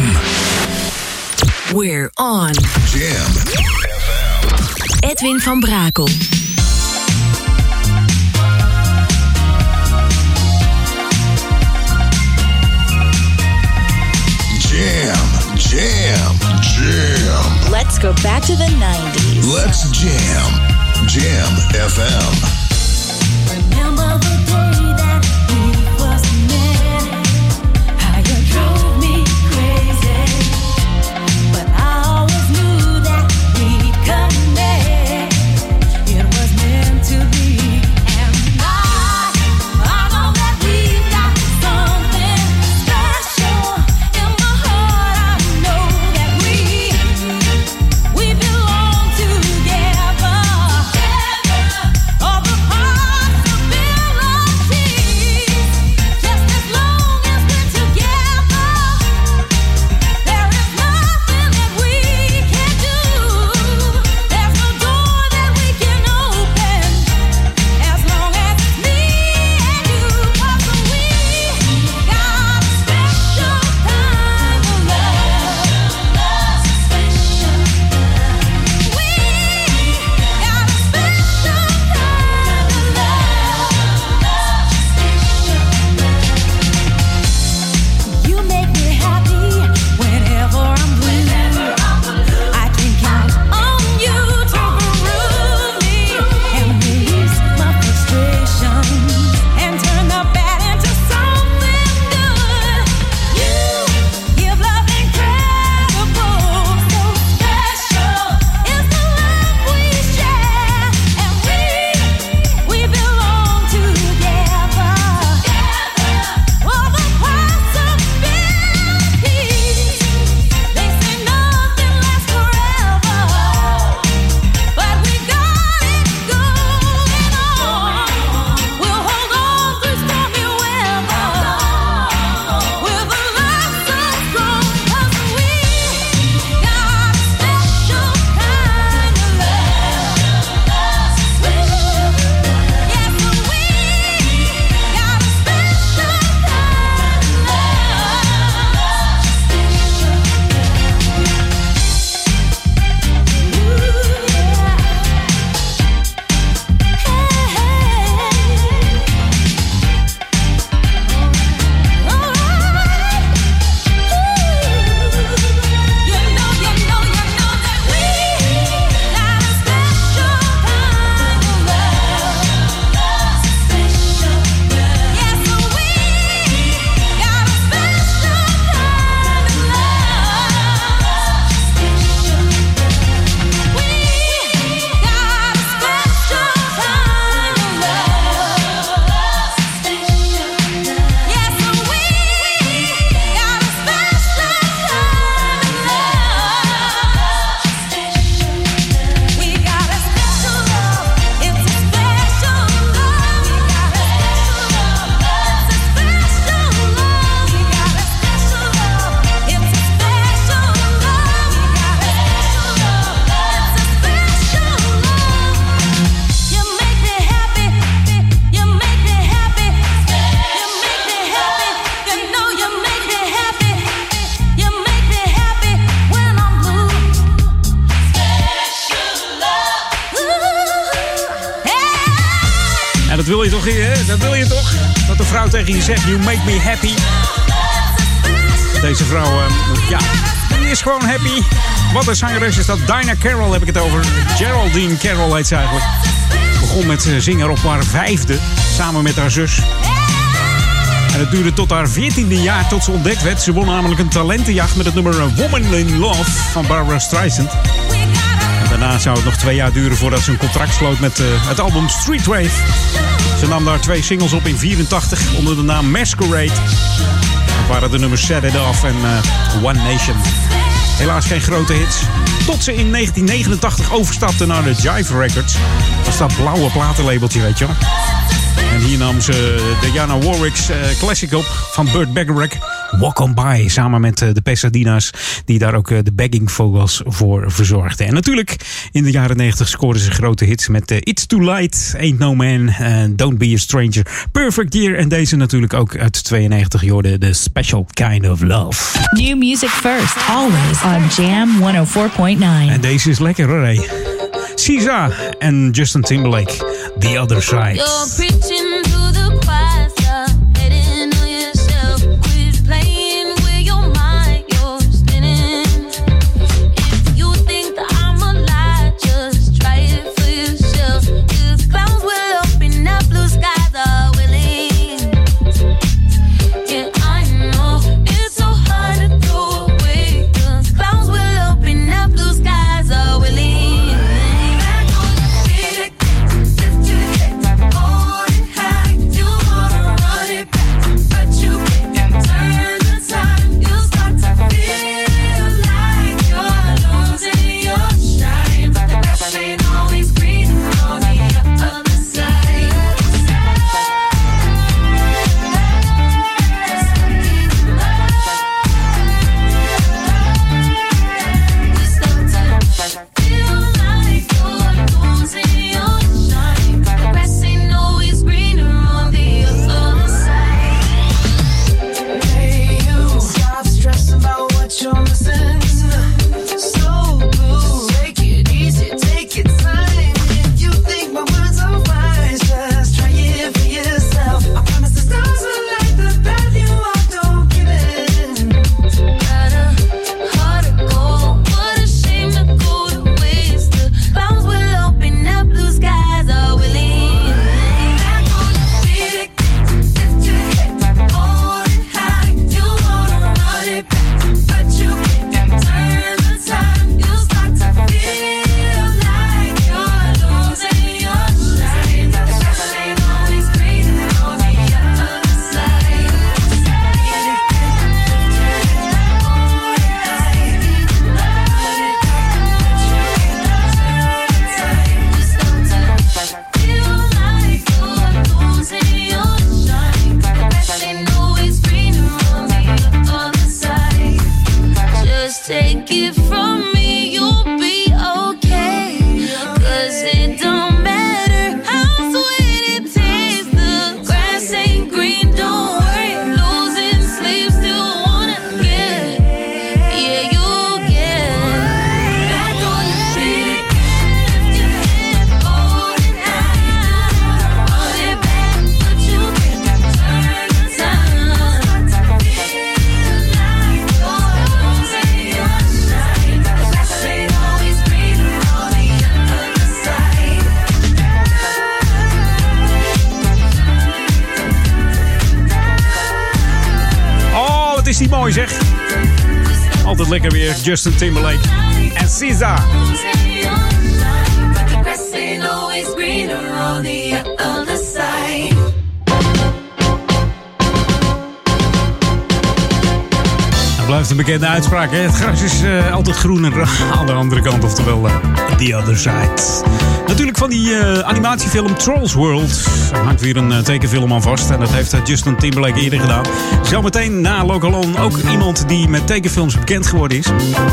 We're on. Jam F M. Edwin van Brakel. Jam, jam, jam. Let's go back to the nineties. Let's jam. Jam F M. Remember the day that we first met? How you drove me crazy, but I always knew that we'd connect. It was meant to be, and I, I know that we've got something special in my heart. I know that we, we belong together. wil je toch, hè? Dat wil je toch? Dat een vrouw tegen je zegt, you make me happy. Deze vrouw, uh, ja, die is gewoon happy. Wat een zangeres is dat. Dinah Carroll heb ik het over. Geraldine Carroll heet ze eigenlijk. Begon met zingen op haar vijfde, samen met haar zus. En het duurde tot haar veertiende jaar tot ze ontdekt werd. Ze won namelijk een talentenjacht met het nummer Woman in Love van Barbra Streisand. En daarna zou het nog twee jaar duren voordat ze een contract sloot met uh, het album Street Wave. Ze nam daar twee singles op in vierentachtig onder de naam Masquerade. Dat waren de nummers Set It Off en uh, One Nation. Helaas geen grote hits. Tot ze in negentien negenentachtig overstapte naar de Jive Records. Dat is dat blauwe platenlabeltje, weet je wel. En hier nam ze de Diana Warwick's uh, classic op van Burt Bacharach. Walk On By, samen met uh, de Pasadena's, die daar ook uh, de backing vocals voor verzorgden. En natuurlijk, in de jaren negentig scoorden ze grote hits met uh, It's Too Light, Ain't No Man, uh, Don't Be A Stranger, Perfect Year. En deze natuurlijk ook uit tweeënnegentig, je hoorde The Special Kind of Love. New music first, always on Jam honderdvier komma negen. En deze is lekker hoor, hé. SZA en Justin Timberlake, The Other Side. You're preaching to the choir, stop hating on yourself. Quit playing with your mind, you're spinning. If you think that I'm a lie, just try it for yourself. Cause clouds will open up, blue skies are willing. Yeah, I know it's so hard to throw away. Cause clouds will open up, blue skies are willing. Altijd lekker weer, Justin Timberlake en SZA. Dat blijft een bekende uitspraak, hè? Het gras is uh, altijd groener aan de andere kant, oftewel uh, The Other Side. Natuurlijk van die uh, animatiefilm Trolls World. Er hangt weer een uh, tekenfilm aan vast. En dat heeft uh, Justin Timberlake eerder gedaan. Zometeen na Lokalon ook iemand die met tekenfilms bekend geworden is.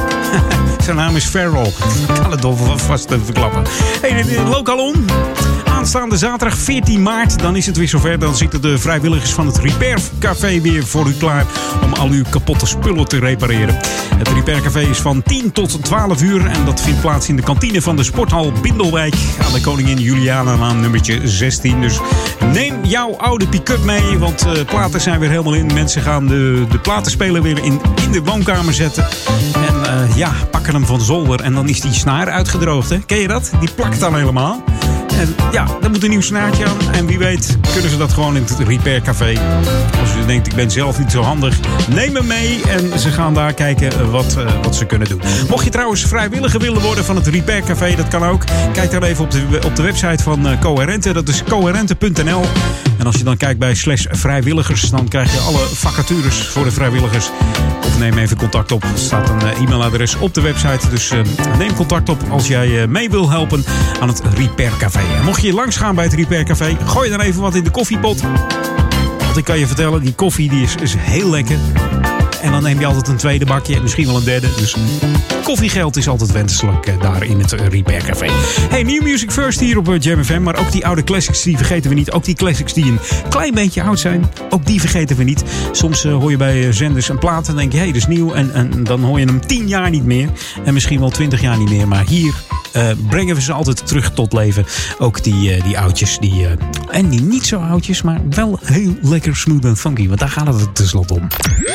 Zijn naam is Farrell. Ik kan het toch vast even verklappen. Hey, Lokalon. aanstaande zaterdag veertien maart, dan is het weer zover. Dan zitten de vrijwilligers van het Repair Café weer voor u klaar om al uw kapotte spullen te repareren. Het Repair Café is van tien tot twaalf uur en dat vindt plaats in de kantine van de Sporthal Bindelwijk aan de Koningin Julianalaan nummertje zestien. Dus neem jouw oude pick-up mee, want uh, platen zijn weer helemaal in. Mensen gaan de, de platenspeler weer in, in de woonkamer zetten. En uh, ja, pakken hem van zolder en dan is die snaar uitgedroogd. Hè? Ken je dat? Die plakt dan helemaal. En ja, daar moet een nieuw snaartje aan. En wie weet kunnen ze dat gewoon in het Repair Café. Als u denkt, ik ben zelf niet zo handig, neem hem mee. En ze gaan daar kijken wat, uh, wat ze kunnen doen. Mocht je trouwens vrijwilliger willen worden van het Repair Café, dat kan ook. Kijk dan even op de, op de website van uh, Coherente. Dat is coherente punt n l. En als je dan kijkt bij slash vrijwilligers, dan krijg je alle vacatures voor de vrijwilligers. Of neem even contact op. Er staat een uh, e-mailadres op de website. Dus uh, neem contact op als jij uh, mee wil helpen aan het Repair Café. En mocht je langs gaan bij het Repair Café, gooi dan even wat in de koffiepot. Want ik kan je vertellen, die koffie die is, is heel lekker. En dan neem je altijd een tweede bakje en misschien wel een derde. Dus koffiegeld is altijd wenselijk uh, daar in het uh, Repair Café. Hey, New Music First hier op uh, Jam F M. Maar ook die oude classics, die vergeten we niet. Ook die classics die een klein beetje oud zijn, ook die vergeten we niet. Soms uh, hoor je bij uh, zenders een plaat en denk je, hé, hey, dat is nieuw. En, en dan hoor je hem tien jaar niet meer. En misschien wel twintig jaar niet meer. Maar hier uh, brengen we ze altijd terug tot leven. Ook die, uh, die oudjes. Die, uh, en die niet zo oudjes, maar wel heel lekker smooth en funky. Want daar gaat het tenslotte om.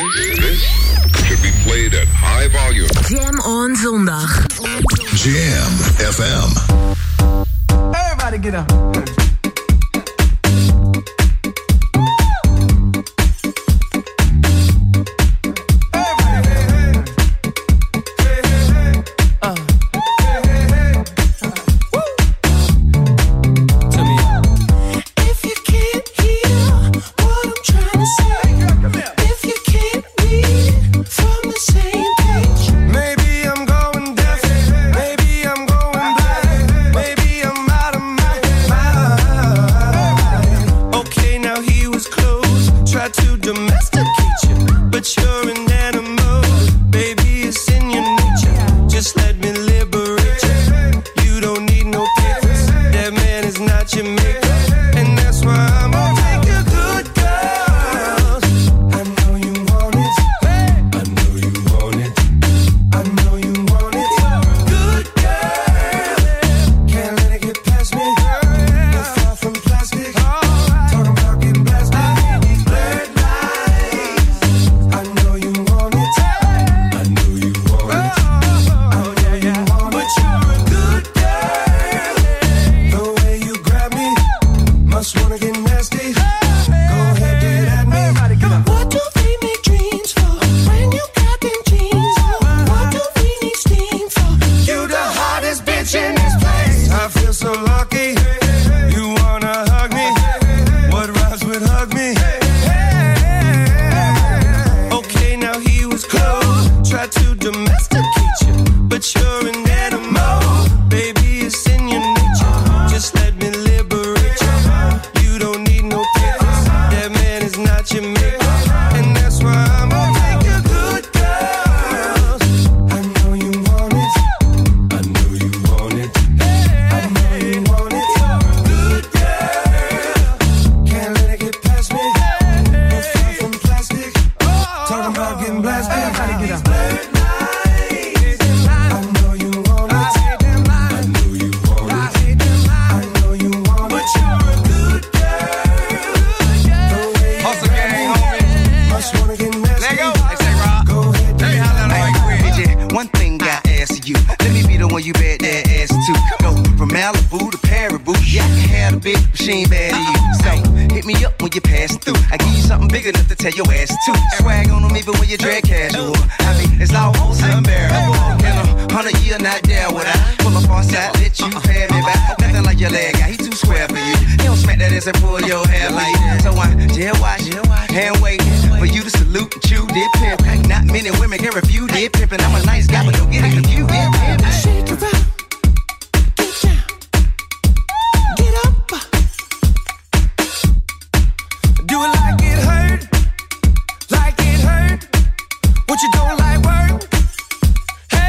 Should be played at high volume. Jam on zondag. Jam F M. Everybody get up.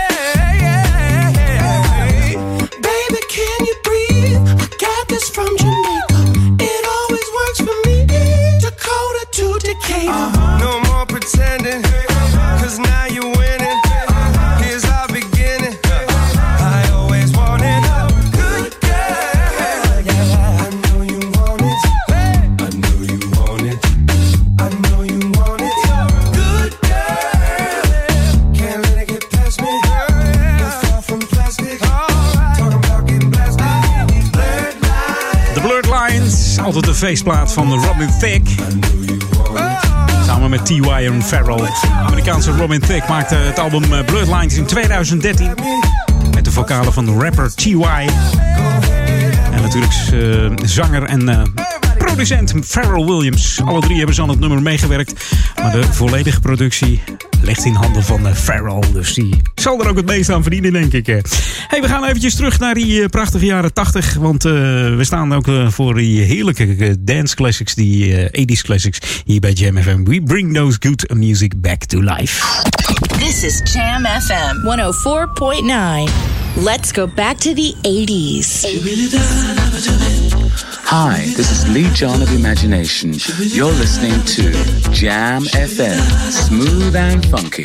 From altijd een feestplaat van Robin Thicke. Samen met T Y en Pharrell. Amerikaanse Robin Thicke maakte het album Bloodlines in tweeduizend dertien. Met de vocalen van de rapper T Y. En natuurlijk uh, zanger en uh, producent Pharrell Williams. Alle drie hebben ze aan het nummer meegewerkt. Maar de volledige productie ligt in handen van uh, Pharrell. Dus die zal er ook het meest aan verdienen, denk ik. Hey, we gaan eventjes terug naar die uh, prachtige jaren tachtig. Want uh, we staan ook uh, voor die heerlijke uh, dance classics, die uh, eighties classics hier bij Jam F M. We bring those good music back to life. This is Jam F M one oh four point nine. Let's go back to the eighties. Hi, this is Lee John of Imagination. You're listening to Jam F M, smooth and funky.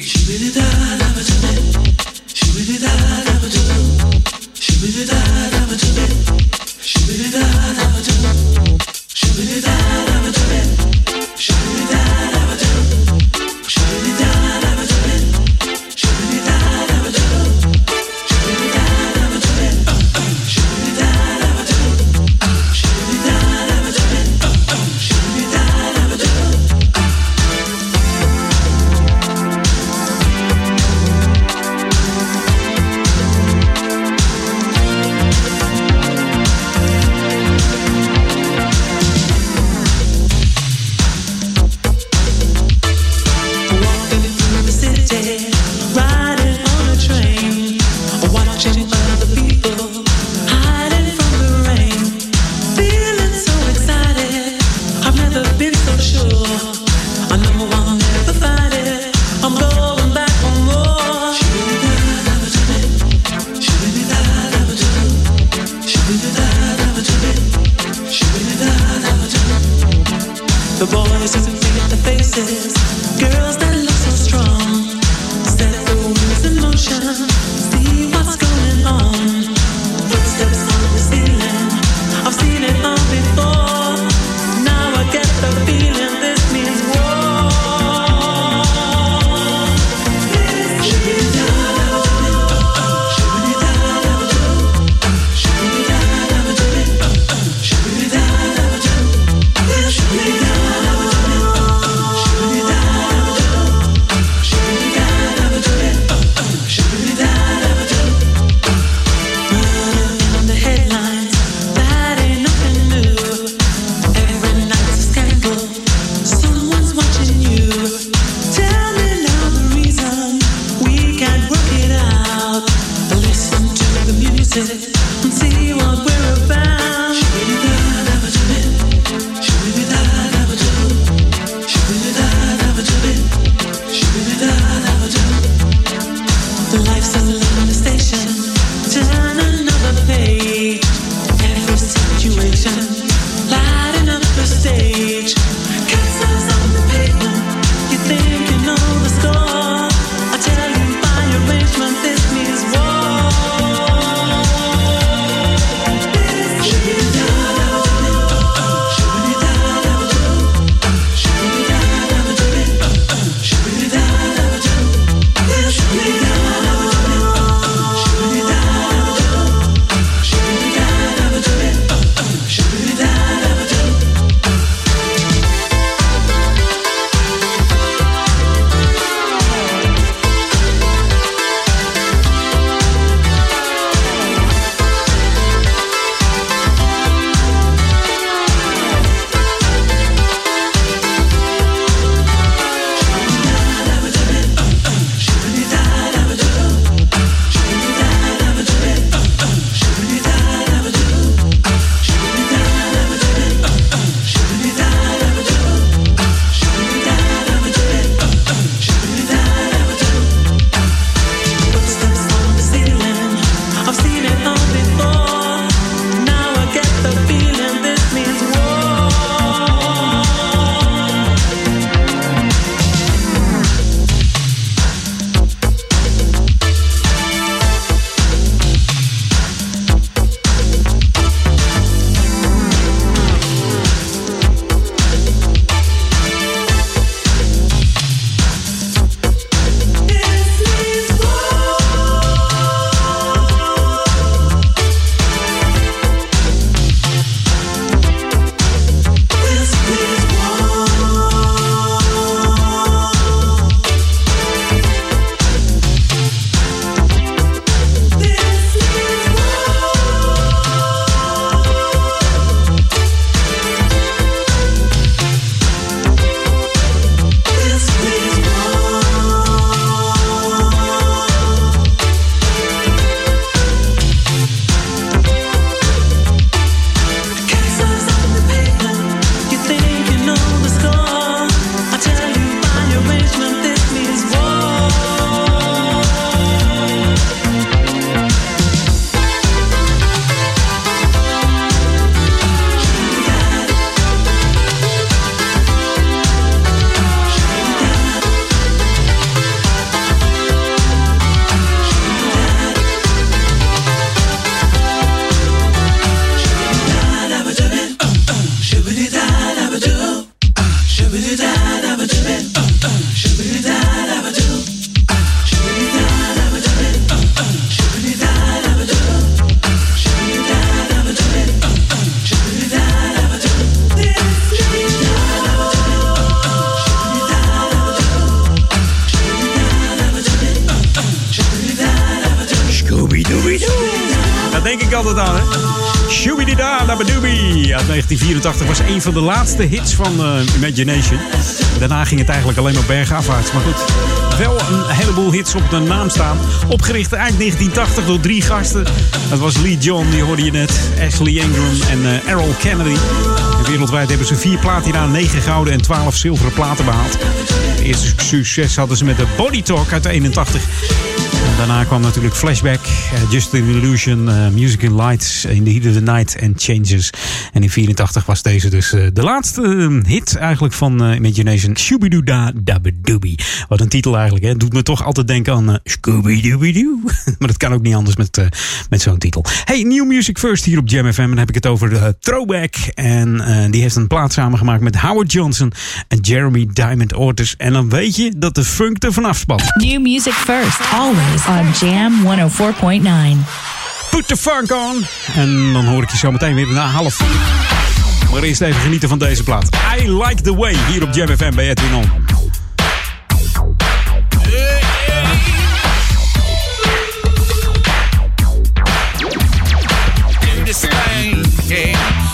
Dat denk ik altijd aan, hè? Shoo-be-dee-da, dabba-doobie. Uit negentien vierentachtig was een van de laatste hits van uh, Imagination. Daarna ging het eigenlijk alleen maar bergafwaarts. Maar goed, wel een heleboel hits op de naam staan. Opgericht eind negentien tachtig door drie gasten. Dat was Lee John, die hoorde je net. Ashley Ingram en uh, Errol Kennedy. En wereldwijd hebben ze vier platina, negen gouden en twaalf zilveren platen behaald. Het eerste succes hadden ze met de Body Talk uit eenentachtig. Daarna kwam natuurlijk Flashback, uh, Just an Illusion, uh, Music in Lights, In the Heat of the Night en Changes. En in vierentachtig was deze dus uh, de laatste uh, hit eigenlijk van uh, Imagination. Shoo-be-doo-da-dabba-doobie. Wat een titel eigenlijk, hè. Doet me toch altijd denken aan uh, Scooby-Dooby-Doo. Maar dat kan ook niet anders met, uh, met zo'n titel. Hey, New Music First hier op Jam F M. En dan heb ik het over uh, Throwback. En uh, die heeft een plaat samengemaakt met Howard Johnson en Jeremy Diamond Ortiz. En dan weet je dat de funk er vanaf spat. New music first, always on Jam honderdvier komma negen. Put the funk on. En dan hoor ik je zo meteen weer na half. Maar eerst even genieten van deze plaat. I Like The Way hier op Jam F M bij Edwin On. Do this thing, yeah.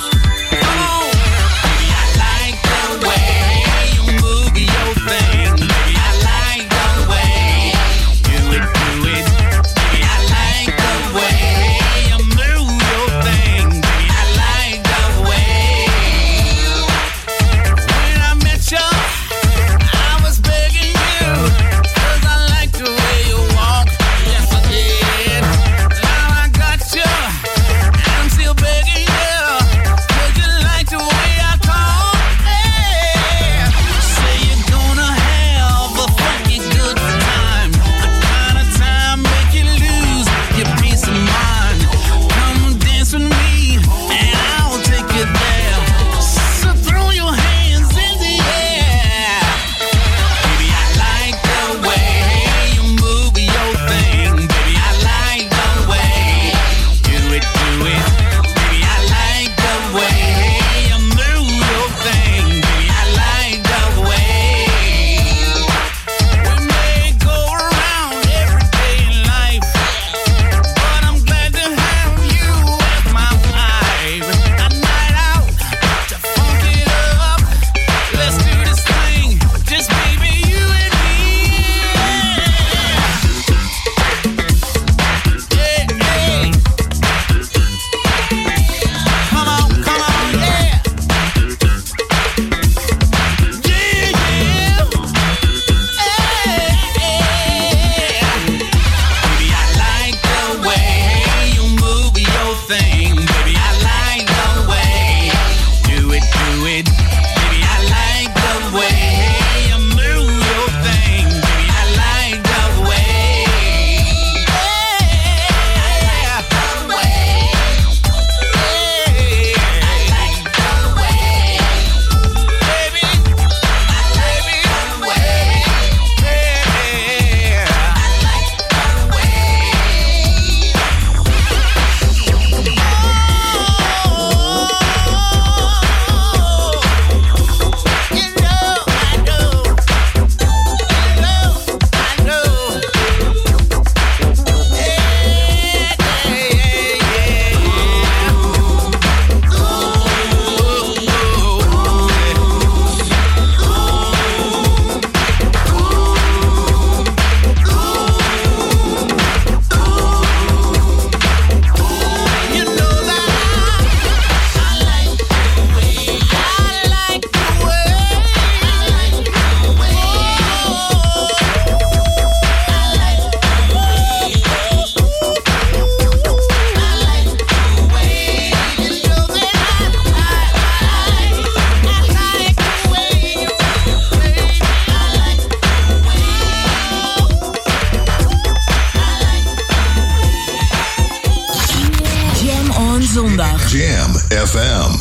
zondag. Jam F M.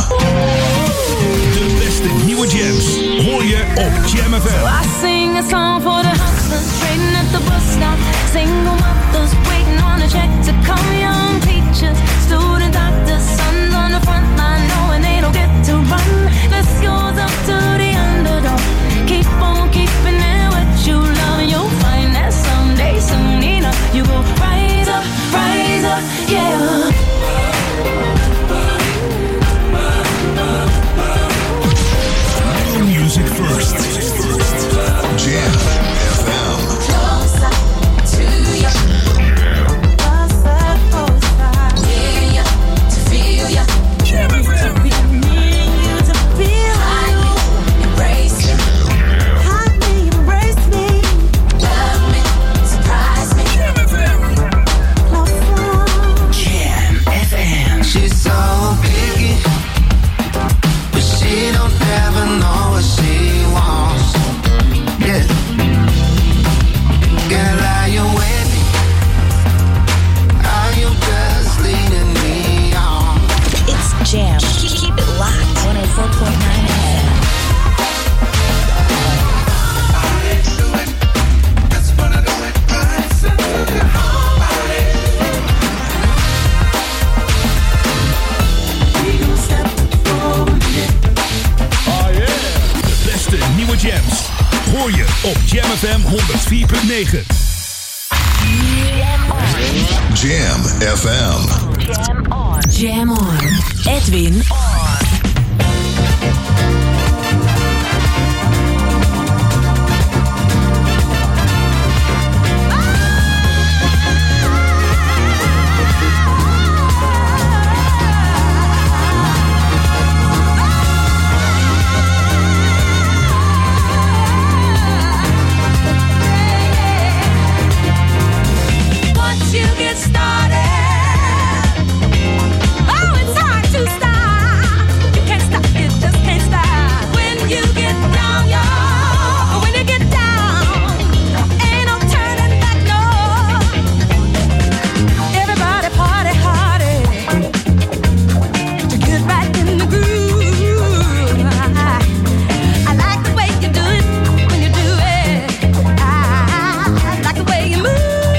De beste nieuwe jams hoor je op Jam F M. So I sing a song for the hustlers trading at the bus stop. Single mothers waiting on a check to come. Young teachers, student doctors, sons on the front line knowing they don't get to run. This goes up to the underdog. Keep on keeping it what you love. You'll find that someday soon enough you go rise up, rise up. F M honderd vier punt negen. Jam F M. Jam on. Jam on. Edwin on. You get started. Oh, it's hard to stop. You can't stop, you just can't stop. When you get down, y'all, when you get down, ain't no turning back, no. Everybody party hardy to get right in the groove. I, I like the way you do it when you do it. I, I like the way you move.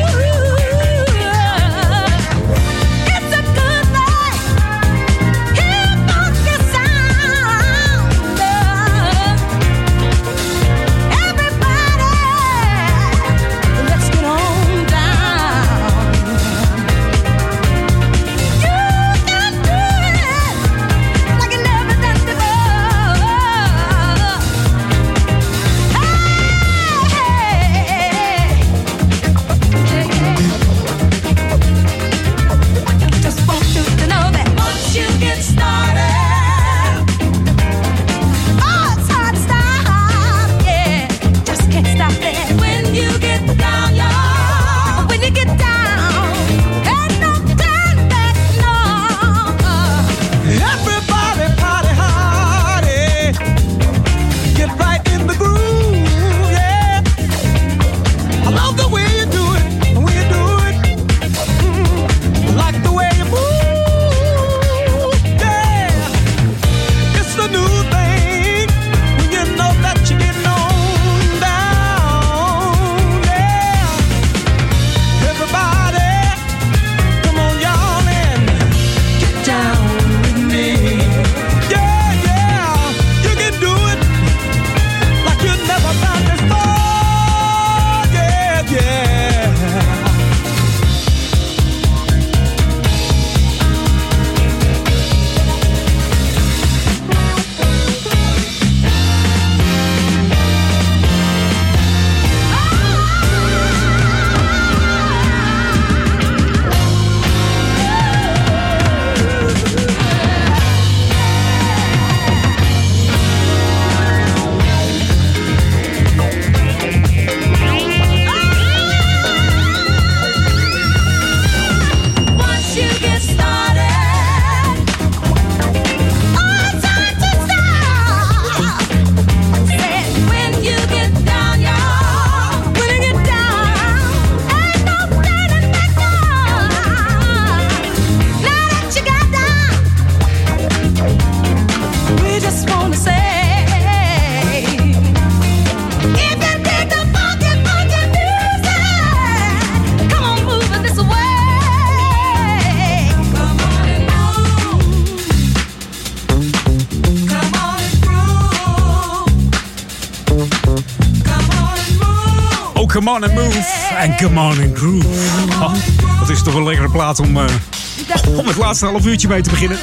Come on and move. En come on and groove. Oh, dat is toch een lekkere plaat om, uh, om het laatste half uurtje mee te beginnen.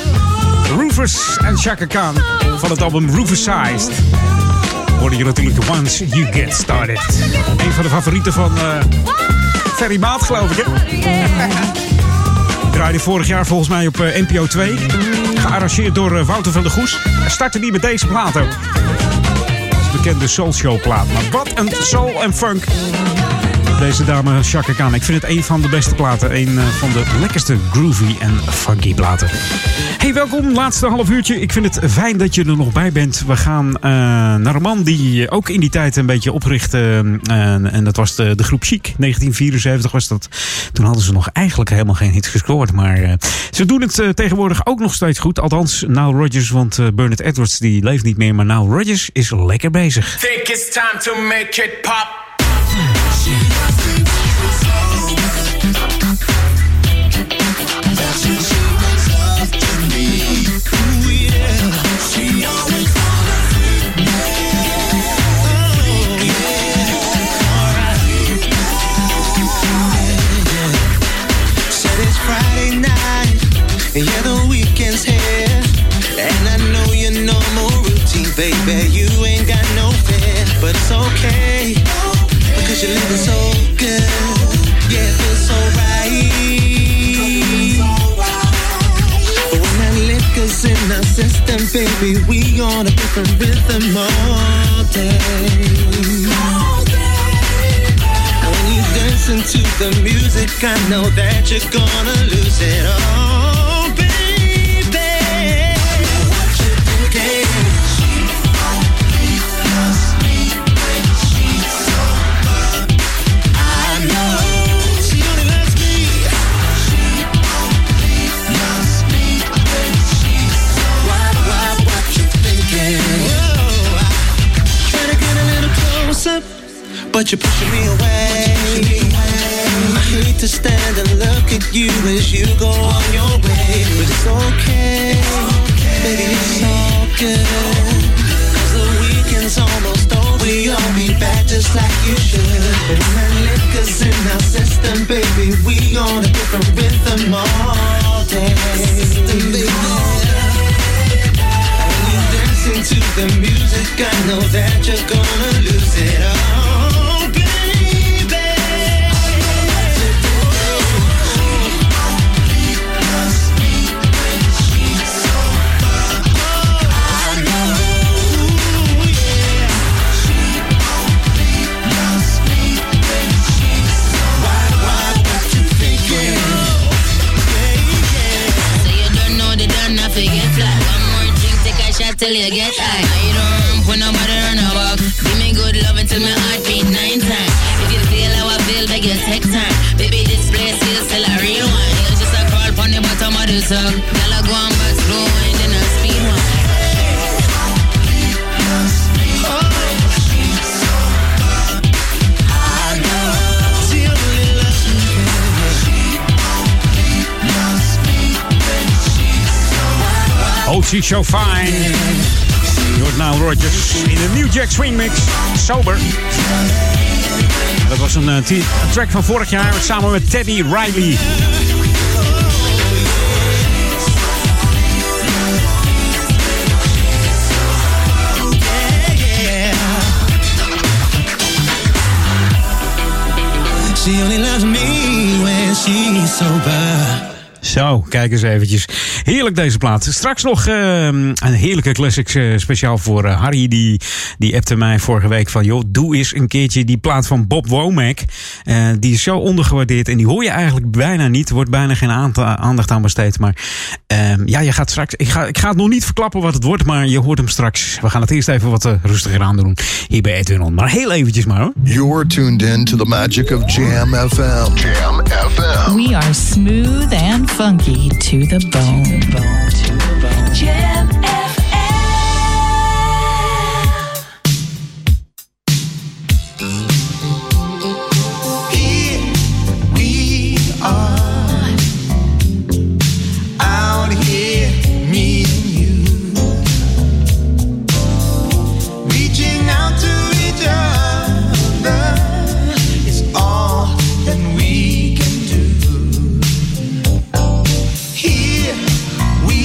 Rufus en Chaka Khan van het album Rufusized. Hoorde je natuurlijk Once You Get Started. Een van de favorieten van uh, Ferry Maat, geloof ik, hè? Draaide vorig jaar volgens mij op uh, N P O twee. Gearrangeerd door uh, Wouter van der Goes. Hij startte niet met deze plaat ook. Bekende soul show plaat. Maar wat een soul en funk. Deze dame Chaka Khan. Ik vind het een van de beste platen. Een van de lekkerste groovy en funky platen. Hey, welkom. Laatste half uurtje. Ik vind het fijn dat je er nog bij bent. We gaan uh, naar een man die ook in die tijd een beetje oprichtte. Uh, en dat was de, de groep Chic. negentien vierenzeventig was dat. Toen hadden ze nog eigenlijk helemaal geen hits gescoord. Maar uh, ze doen het uh, tegenwoordig ook nog steeds goed. Althans, Nile Rodgers. Want uh, Bernard Edwards die leeft niet meer. Maar Nile Rodgers is lekker bezig. Think it's time to make it pop. Yeah, the weekend's here, and I know your normal routine, baby. You ain't got no fear, but it's okay, because you're living so good. Yeah, it feels so right. But when that liquor's in our system, baby, we on a different rhythm all day. When you dancing to the music, I know that you're gonna lose it all, baby. What you thinking? But you're pushing me away. I hate to stand and look at you as you go on your way, but it's okay, baby, it's all good. Cause the weekend's almost over, we'll be back just like you should. But when that liquor's in our system, baby, we on a different rhythm all day. When you dancing to the music, I know that you're gonna lose it all. Till you get high. I don't run for nobody run a walk. Give me good love until my heart beat nine times. If you feel how I feel, make you take time. Baby, this place is still a real one. It's just a crawl from the bottom of the song. Girl, I go on back slow and then I speed one. Oh, she's so fine. Je hoort Nile Rodgers in de New Jack Swing Mix. Sober. Dat was een, uh, t- een track van vorig jaar samen met Teddy Riley. She only loves me when she's sober. Zo, kijk eens eventjes. Heerlijk deze plaat. Straks nog uh, een heerlijke classics uh, speciaal voor uh, Harry. Die, die appte mij vorige week van... joh, doe eens een keertje die plaat van Bob Womack. Uh, die is zo ondergewaardeerd en die hoor je eigenlijk bijna niet. Er wordt bijna geen aanta- aandacht aan besteed. Maar uh, ja, je gaat straks... Ik ga, ik ga het nog niet verklappen wat het wordt, maar je hoort hem straks. We gaan het eerst even wat uh, rustiger aan doen. Hier bij Edwin On. Maar heel eventjes maar hoor. You're tuned in to the magic of Jam F M. Jam F M. We are smooth and funky to the bone. To the bone. To the bone. Jam F M. Here we are, out here, me and you, reaching out to each other is all that we can do. Here we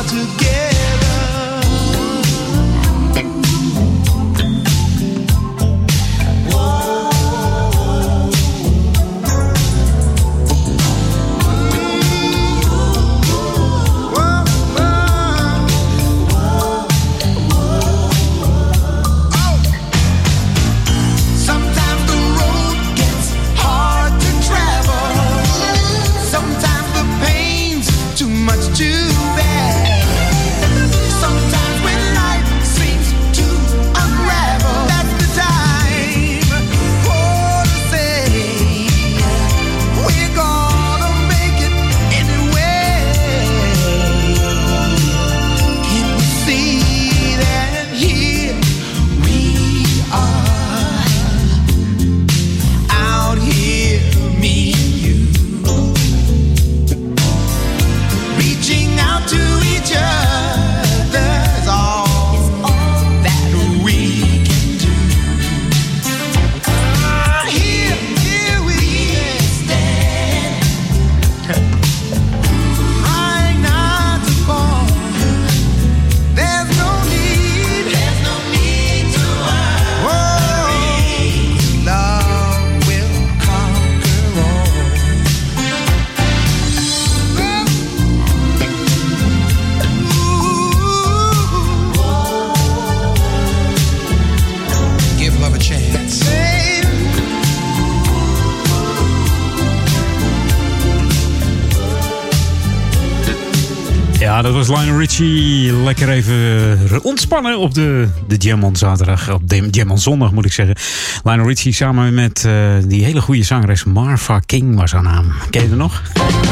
Ja, dat was Lionel Richie. Lekker even ontspannen op de, de Jam on zaterdag. Op de Jam on zondag moet ik zeggen. Lionel Richie samen met uh, die hele goede zangeres Marva King was haar naam. Ken je er nog?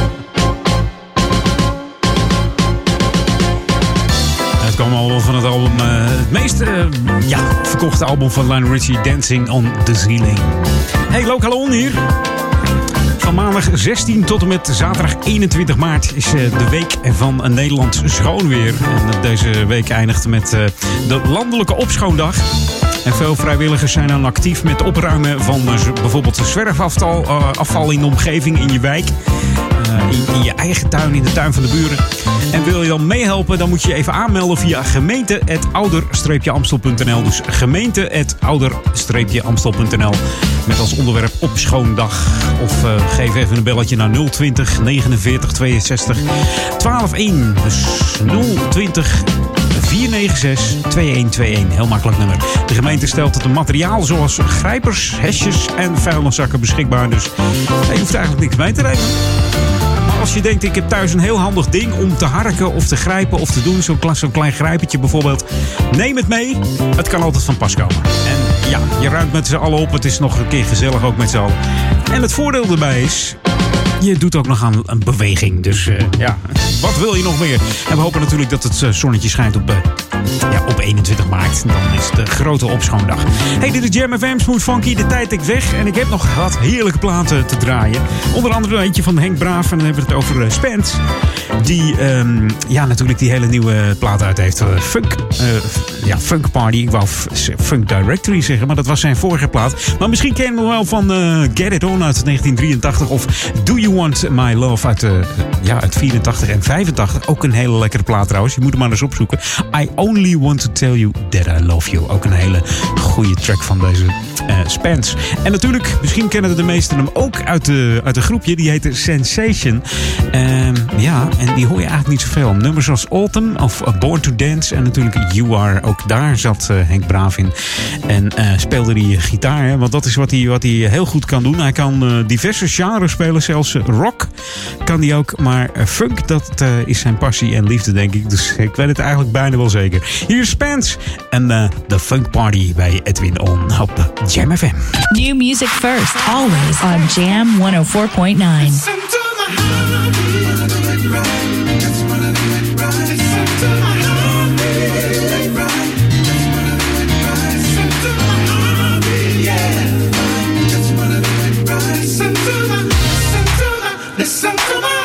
Het kwam al van het album, uh, het meest uh, ja, verkochte album van Lionel Richie, Dancing on the Ceiling. Hey, Lokalon hier. Van maandag zestien tot en met zaterdag eenentwintig maart is de week van Nederland schoon weer. En deze week eindigt met de landelijke opschoondag. En veel vrijwilligers zijn dan actief met opruimen van bijvoorbeeld zwerfafval afval in de omgeving, in je wijk. In, in je eigen tuin, in de tuin van de buren. En wil je dan meehelpen, dan moet je je even aanmelden via gemeente apenstaartje ouder amstel punt n l. Dus gemeente apenstaartje ouder amstel punt n l. Met als onderwerp opschoondag. Of uh, geef even een belletje naar nul twintig negenenveertig tweeënzestig twaalf één. Dus nul twintig vierhonderdnegenenzestig tweehonderdeenentwintig. Heel makkelijk nummer. De gemeente stelt het een materiaal zoals grijpers, hesjes en vuilniszakken beschikbaar. Dus je hoeft eigenlijk niks mee te rekenen. Maar als je denkt, ik heb thuis een heel handig ding om te harken of te grijpen of te doen. Zo'n klein, zo'n klein grijpertje bijvoorbeeld. Neem het mee. Het kan altijd van pas komen. En ja, je ruimt met z'n allen op. Het is nog een keer gezellig ook met z'n allen. En het voordeel erbij is, je doet ook nog aan een beweging. Dus uh, ja, wat wil je nog meer? En we hopen natuurlijk dat het zonnetje schijnt op, uh, ja, op eenentwintig maart. Dan is de grote opschoondag. Hey, dit is Jam F M, Smooth Funky. De tijd ik weg. En ik heb nog wat heerlijke platen te draaien. Onder andere eentje van Henk Braaf. En dan hebben we het over uh, Spence. Die um, ja, natuurlijk die hele nieuwe plaat uit heeft. Uh, Funk, uh, ja, Funk Party. Ik wou Funk Directory zeggen, maar dat was zijn vorige plaat. Maar misschien ken je hem wel van uh, Get It On uit negentien drieëntachtig. Of Do You Want My Love uit, uh, ja, uit vierentachtig en vijfentachtig. Ook een hele lekkere plaat trouwens. Je moet hem maar eens opzoeken. I Only Want To Tell You That I Love You. Ook een hele goede track van deze uh, Spence. En natuurlijk, misschien kennen de meesten hem ook uit de, uit een groepje. Die heette Sensation. Um, ja, en die hoor je eigenlijk niet zoveel. Nummers als Autumn of Born To Dance. En natuurlijk You Are. Ook daar zat uh, Henk Braaf in. En uh, speelde hij gitaar. Hè? Want dat is wat hij, wat hij heel goed kan doen. Hij kan uh, diverse genres spelen. Zelfs uh, rock kan hij ook. Maar uh, funk, dat uh, is zijn passie en liefde, denk ik. Dus ik weet het eigenlijk bijna wel zeker. Hier is Spence en uh, The Funk Party bij Edwin On op Jam F M. New music first, always on Jam honderdvier komma negen. Listen to my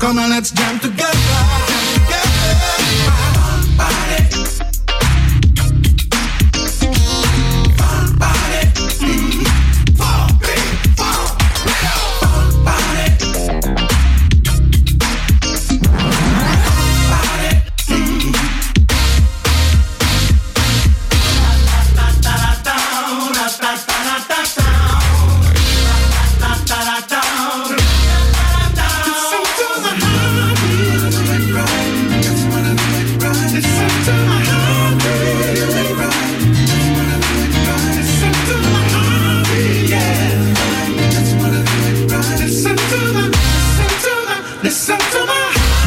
come on, let's jam together, jam together. Fun body. Fun body. Mm. Fun big, fun. Fun body. Fun body. Mm. Da da da da da da da da da. Da da da da. Listen to my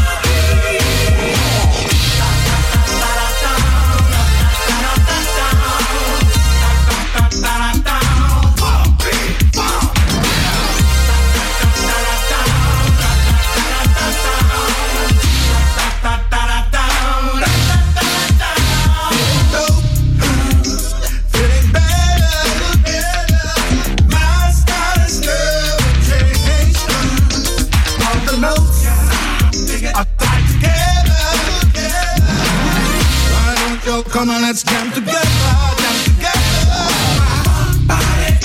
come on, let's jam together, jam together. Fun body.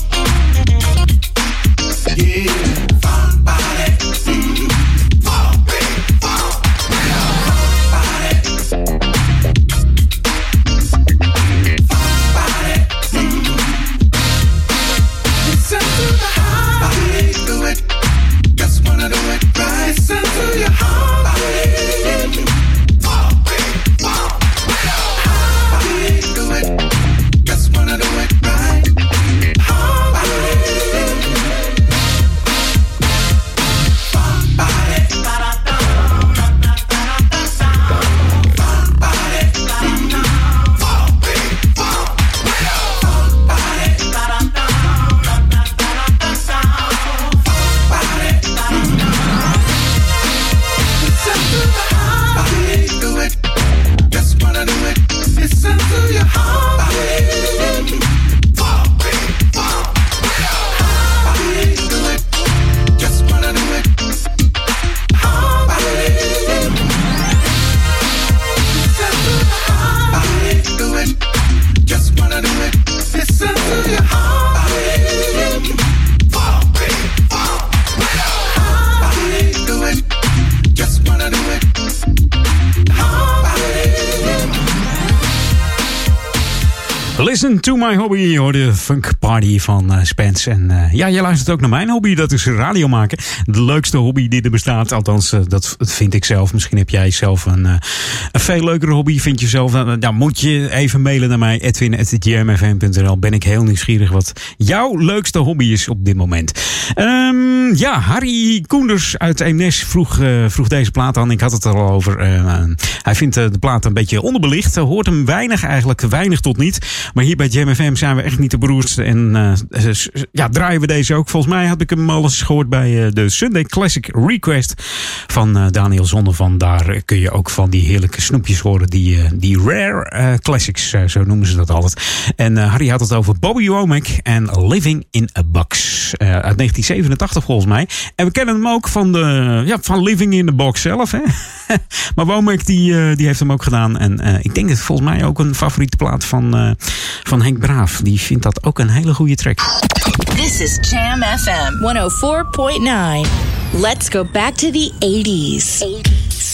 Yeah, fun body. Mm. Fun big, fun. Fun body. Fun body. Mm. Listen to the heartbeat, do it. Just wanna do it right. Listen to your heartbeat. Listen to my hobby. Je hoorde de Funk Party van uh, Spence. En uh, ja, je luistert ook naar mijn hobby. Dat is radio maken. De leukste hobby die er bestaat. Althans, uh, dat vind ik zelf. Misschien heb jij zelf een, uh, een veel leukere hobby. Vind je zelf, uh, dan moet je even mailen naar mij. edwin at jam f m punt n l. Ben ik heel nieuwsgierig wat jouw leukste hobby is op dit moment. Um, ja, Harry Koenders uit Eemnes vroeg, uh, vroeg deze plaat aan. Ik had het er al over. Uh, hij vindt uh, de plaat een beetje onderbelicht. Uh, hoort hem weinig eigenlijk. Weinig tot niet. Maar hier bij Jam F M zijn we echt niet de beroerdste. En uh, ja, draaien we deze ook. Volgens mij had ik hem al eens gehoord bij uh, de Sunday Classic Request van uh, Daniel Zonnevan. Daar kun je ook van die heerlijke snoepjes horen. Die, uh, die rare uh, classics, uh, zo noemen ze dat altijd. En uh, Harry had het over Bobby Womack en Living in a Box. Uh, uit negentien zevenentachtig volgens mij. En we kennen hem ook van, de, ja, van Living in the Box zelf. Hè? Maar Womack die, uh, die heeft hem ook gedaan. En uh, ik denk dat het volgens mij ook een favoriete plaat van... Uh, Van Henk Braaf. Die vindt dat ook een hele goede track. This is Jam F M honderdvier punt negen. Let's go back to the eighties. eighties.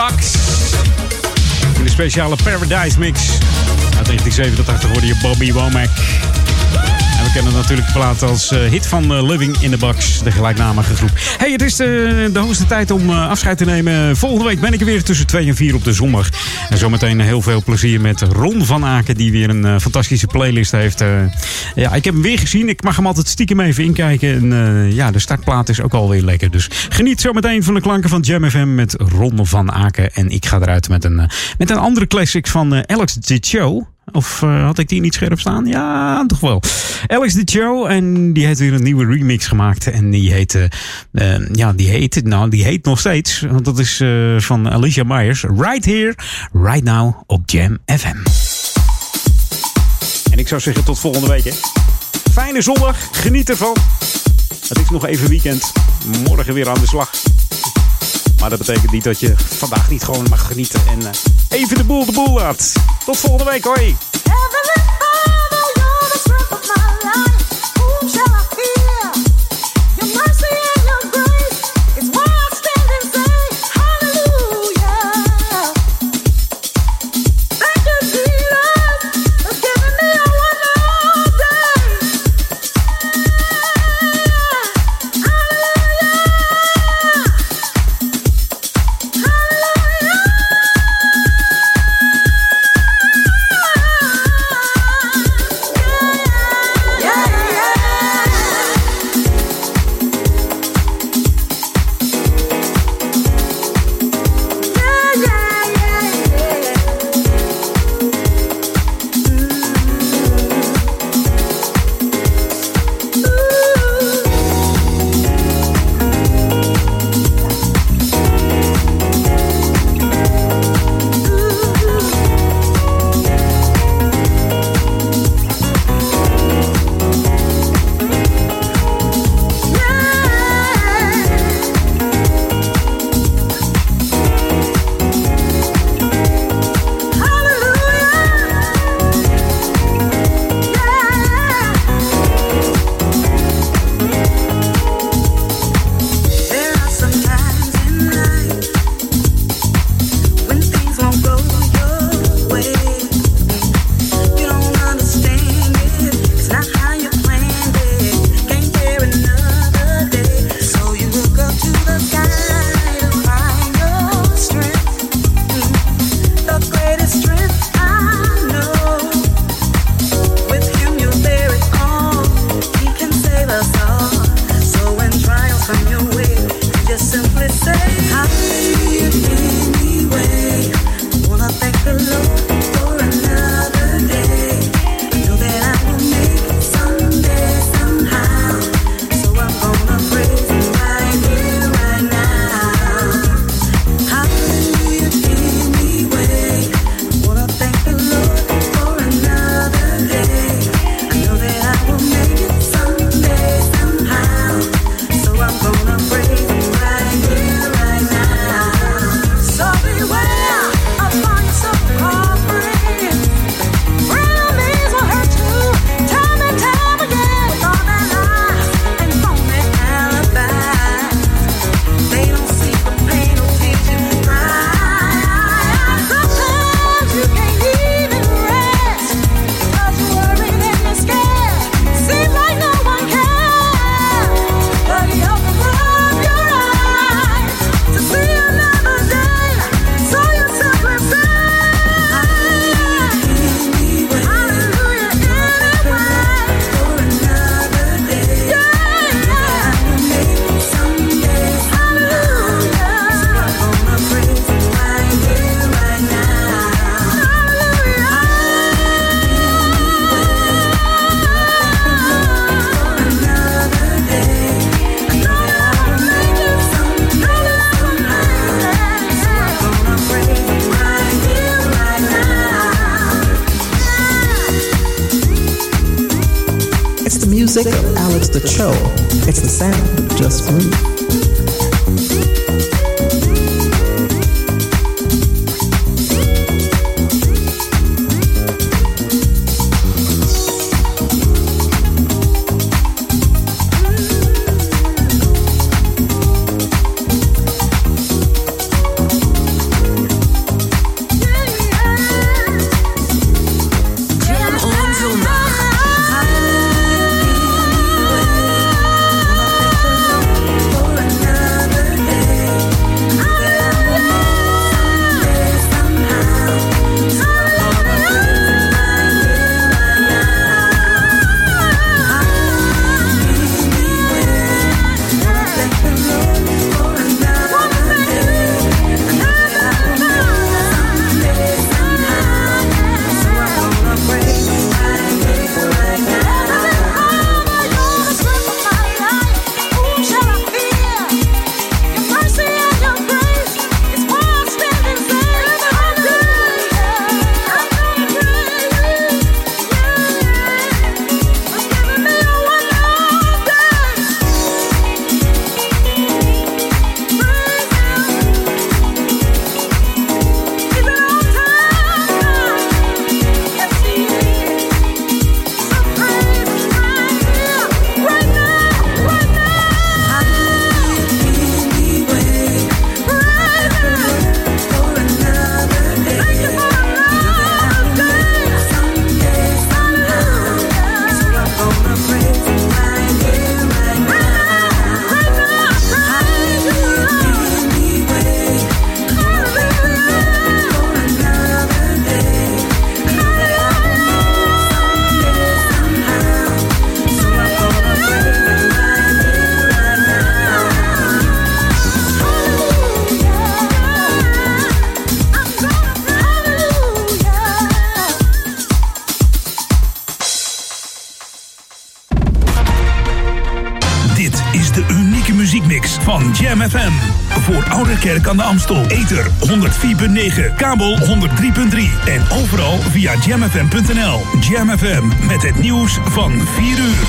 Bucks. In de speciale Paradise Mix. Uit negentien zevenentachtig hoorde je Bobby Womack. En we kennen natuurlijk de plaat als uh, hit van uh, Living in the Box, de gelijknamige groep. Hey, het is de, de hoogste tijd om uh, afscheid te nemen. Volgende week ben ik er weer tussen twee en vier op de zondag. En zometeen heel veel plezier met Ron van Aken, die weer een uh, fantastische playlist heeft. Uh, ja, ik heb hem weer gezien. Ik mag hem altijd stiekem even inkijken. En uh, ja, de startplaat is ook alweer lekker. Dus geniet zometeen van de klanken van Jam F M met Ron van Aken. En ik ga eruit met een, uh, met een andere classic van uh, Alex de Show. Of uh, had ik die niet scherp staan? Ja, toch wel. Alex de Show. En die heeft weer een nieuwe remix gemaakt. En die heet... Uh, uh, ja, die heet... Nou, die heet nog steeds. Want dat is uh, van Alicia Myers. Right Here, Right Now op Jam F M. En ik zou zeggen tot volgende week, hè. Fijne zondag. Geniet ervan. Het is nog even weekend. Morgen weer aan de slag. Maar dat betekent niet dat je vandaag niet gewoon mag genieten. En uh, even de boel de boel laat. Tot volgende week, hoi. music of Alex the Cho. It's the sound of Just Groove. radiomix van Jam F M. Voor Ouderkerk aan de Amstel. Ether honderd vier komma negen, kabel honderd drie komma drie. En overal via jam f m punt n l. Jam F M met het nieuws van vier uur.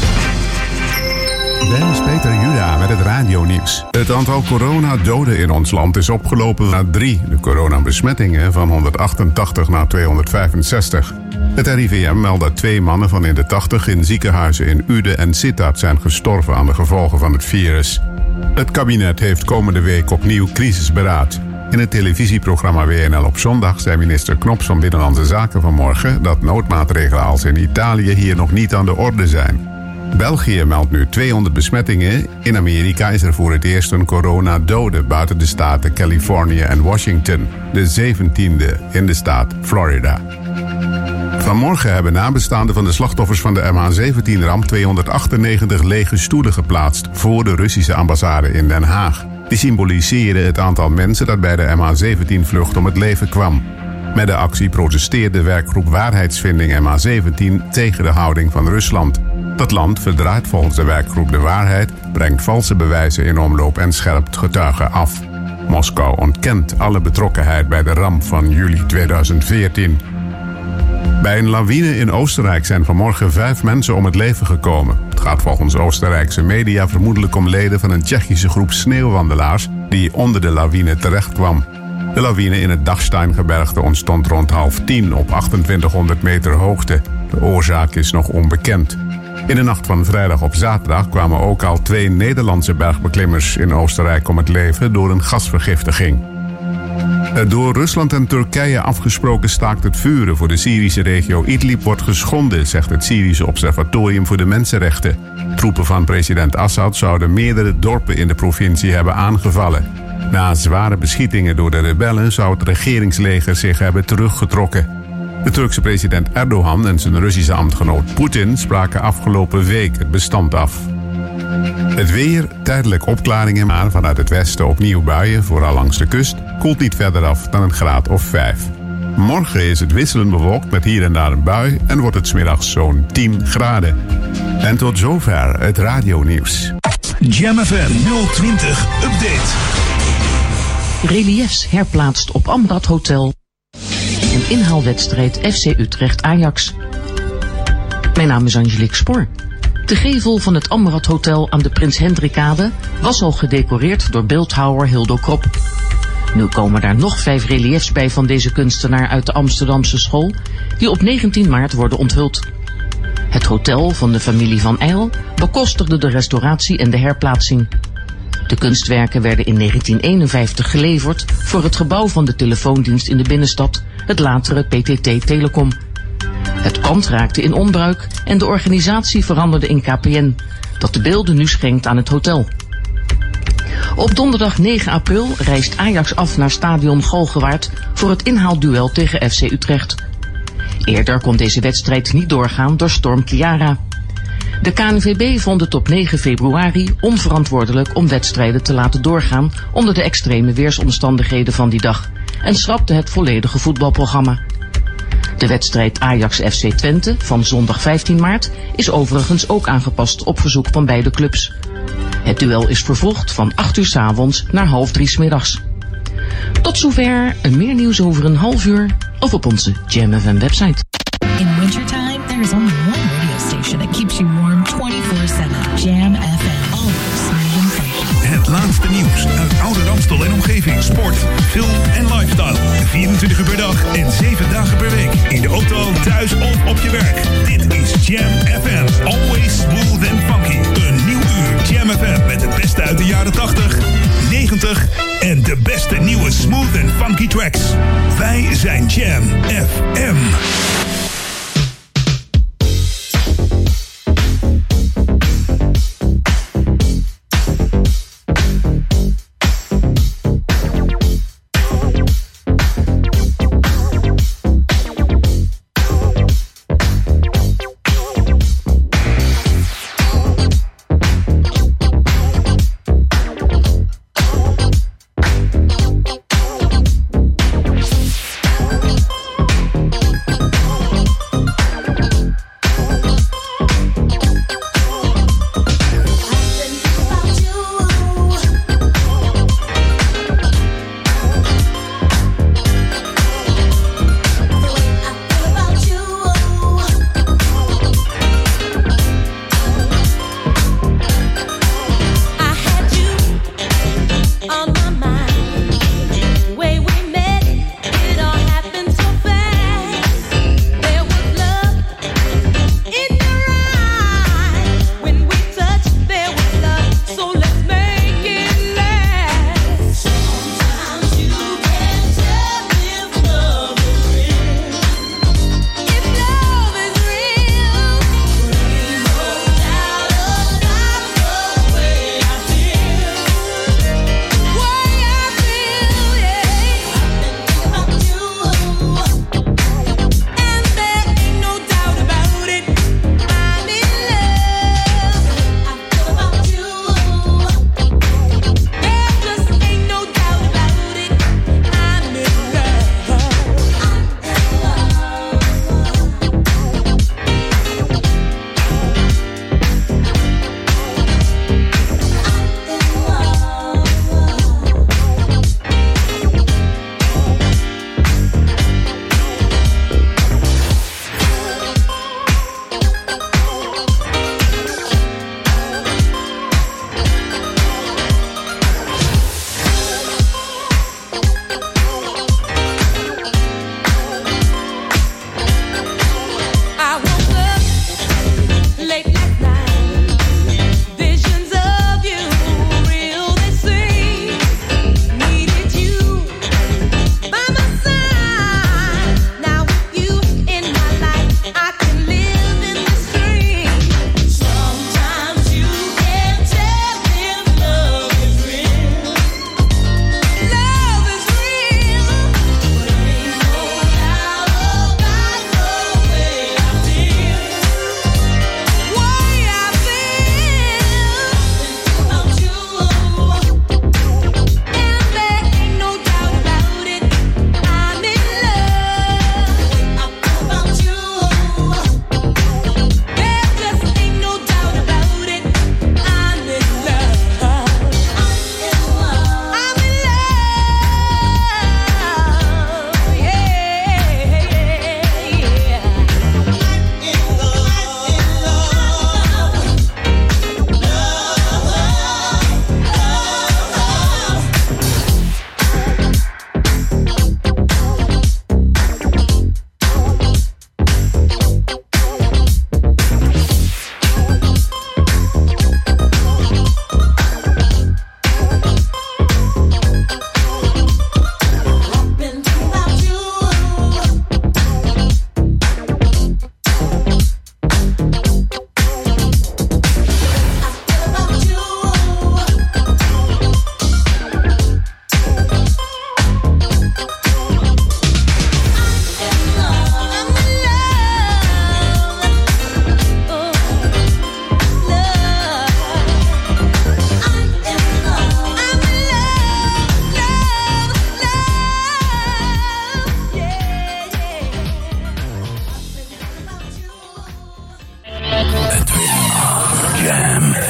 Dennis Peter Juda met het radionieuws. Het aantal coronadoden in ons land is opgelopen naar drie. De coronabesmettingen van honderdachtentachtig naar tweehonderdvijfenzestig. Het R I V M meldt dat twee mannen van in de tachtig in ziekenhuizen in Uden en Sittard zijn gestorven aan de gevolgen van het virus. Het kabinet heeft komende week opnieuw crisisberaad. In het televisieprogramma W N L op zondag zei minister Knops van Binnenlandse Zaken vanmorgen dat noodmaatregelen als in Italië hier nog niet aan de orde zijn. België meldt nu tweehonderd besmettingen. In Amerika is er voor het eerst een coronadode buiten de staten Californië en Washington. De zeventiende in de staat Florida. Vanmorgen hebben nabestaanden van de slachtoffers van de M H zeventien ramp tweehonderdachtennegentig lege stoelen geplaatst voor de Russische ambassade in Den Haag. Die symboliseren het aantal mensen dat bij de M H zeventien vlucht om het leven kwam. Met de actie protesteerde de werkgroep Waarheidsvinding M H zeventien tegen de houding van Rusland. Dat land verdraait volgens de werkgroep de waarheid, brengt valse bewijzen in omloop en scherpt getuigen af. Moskou ontkent alle betrokkenheid bij de ramp van juli tweeduizend veertien. Bij een lawine in Oostenrijk zijn vanmorgen vijf mensen om het leven gekomen. Het gaat volgens Oostenrijkse media vermoedelijk om leden van een Tsjechische groep sneeuwwandelaars die onder de lawine terechtkwam. De lawine in het Dachsteingebergte ontstond rond half tien op achtentwintighonderd meter hoogte. De oorzaak is nog onbekend. In de nacht van vrijdag op zaterdag kwamen ook al twee Nederlandse bergbeklimmers in Oostenrijk om het leven door een gasvergiftiging. Het door Rusland en Turkije afgesproken staakt het vuren voor de Syrische regio Idlib wordt geschonden, zegt het Syrische Observatorium voor de Mensenrechten. Troepen van president Assad zouden meerdere dorpen in de provincie hebben aangevallen. Na zware beschietingen door de rebellen zou het regeringsleger zich hebben teruggetrokken. De Turkse president Erdogan en zijn Russische ambtgenoot Poetin spraken afgelopen week het bestand af. Het weer, tijdelijk opklaringen, maar vanuit het westen opnieuw buien, vooral langs de kust, koelt niet verder af dan een graad of vijf. Morgen is het wisselend bewolkt met hier en daar een bui en wordt het 's middags zo'n tien graden. En tot zover het radionieuws. Jam F M nul twintig Update. Reliefs herplaatst op Amrad Hotel. En inhaalwedstrijd F C Utrecht Ajax. Mijn naam is Angelique Spoor. De gevel van het Amrad Hotel aan de Prins Hendrikade was al gedecoreerd door beeldhouwer Hildo Krop. Nu komen daar nog vijf reliefs bij van deze kunstenaar uit de Amsterdamse school, die op negentien maart worden onthuld. Het hotel van de familie Van Eyl bekostigde de restauratie en de herplaatsing. De kunstwerken werden in negentien eenenvijftig geleverd voor het gebouw van de telefoondienst in de binnenstad, het latere P T T Telecom. Het pand raakte in onbruik en de organisatie veranderde in K P N, dat de beelden nu schenkt aan het hotel. Op donderdag negen april reist Ajax af naar stadion Galgenwaard voor het inhaalduel tegen F C Utrecht. Eerder kon deze wedstrijd niet doorgaan door storm Ciara. De K N V B vond het op negen februari onverantwoordelijk om wedstrijden te laten doorgaan onder de extreme weersomstandigheden van die dag en schrapte het volledige voetbalprogramma. De wedstrijd Ajax F C Twente van zondag vijftien maart is overigens ook aangepast op verzoek van beide clubs. Het duel is vervroegd van acht uur 's avonds naar half drie 's middags. Tot zover, en meer nieuws over een half uur of op onze Jam F M website. In wintertime, there is only one radio station that keeps you warm twenty-four seven. Jam F M. Always smooth and funky. Het laatste nieuws uit Oude Amstel en omgeving. Sport, film en lifestyle. vierentwintig uur per dag en zeven dagen per week. In de auto, thuis of op je werk. Dit is Jam F M. Always smooth and funky. Een nieuw uur Jam F M met het beste uit de jaren tachtig, negentig en de beste nieuwe smooth and funky tracks. Wij zijn Jam F M. Jam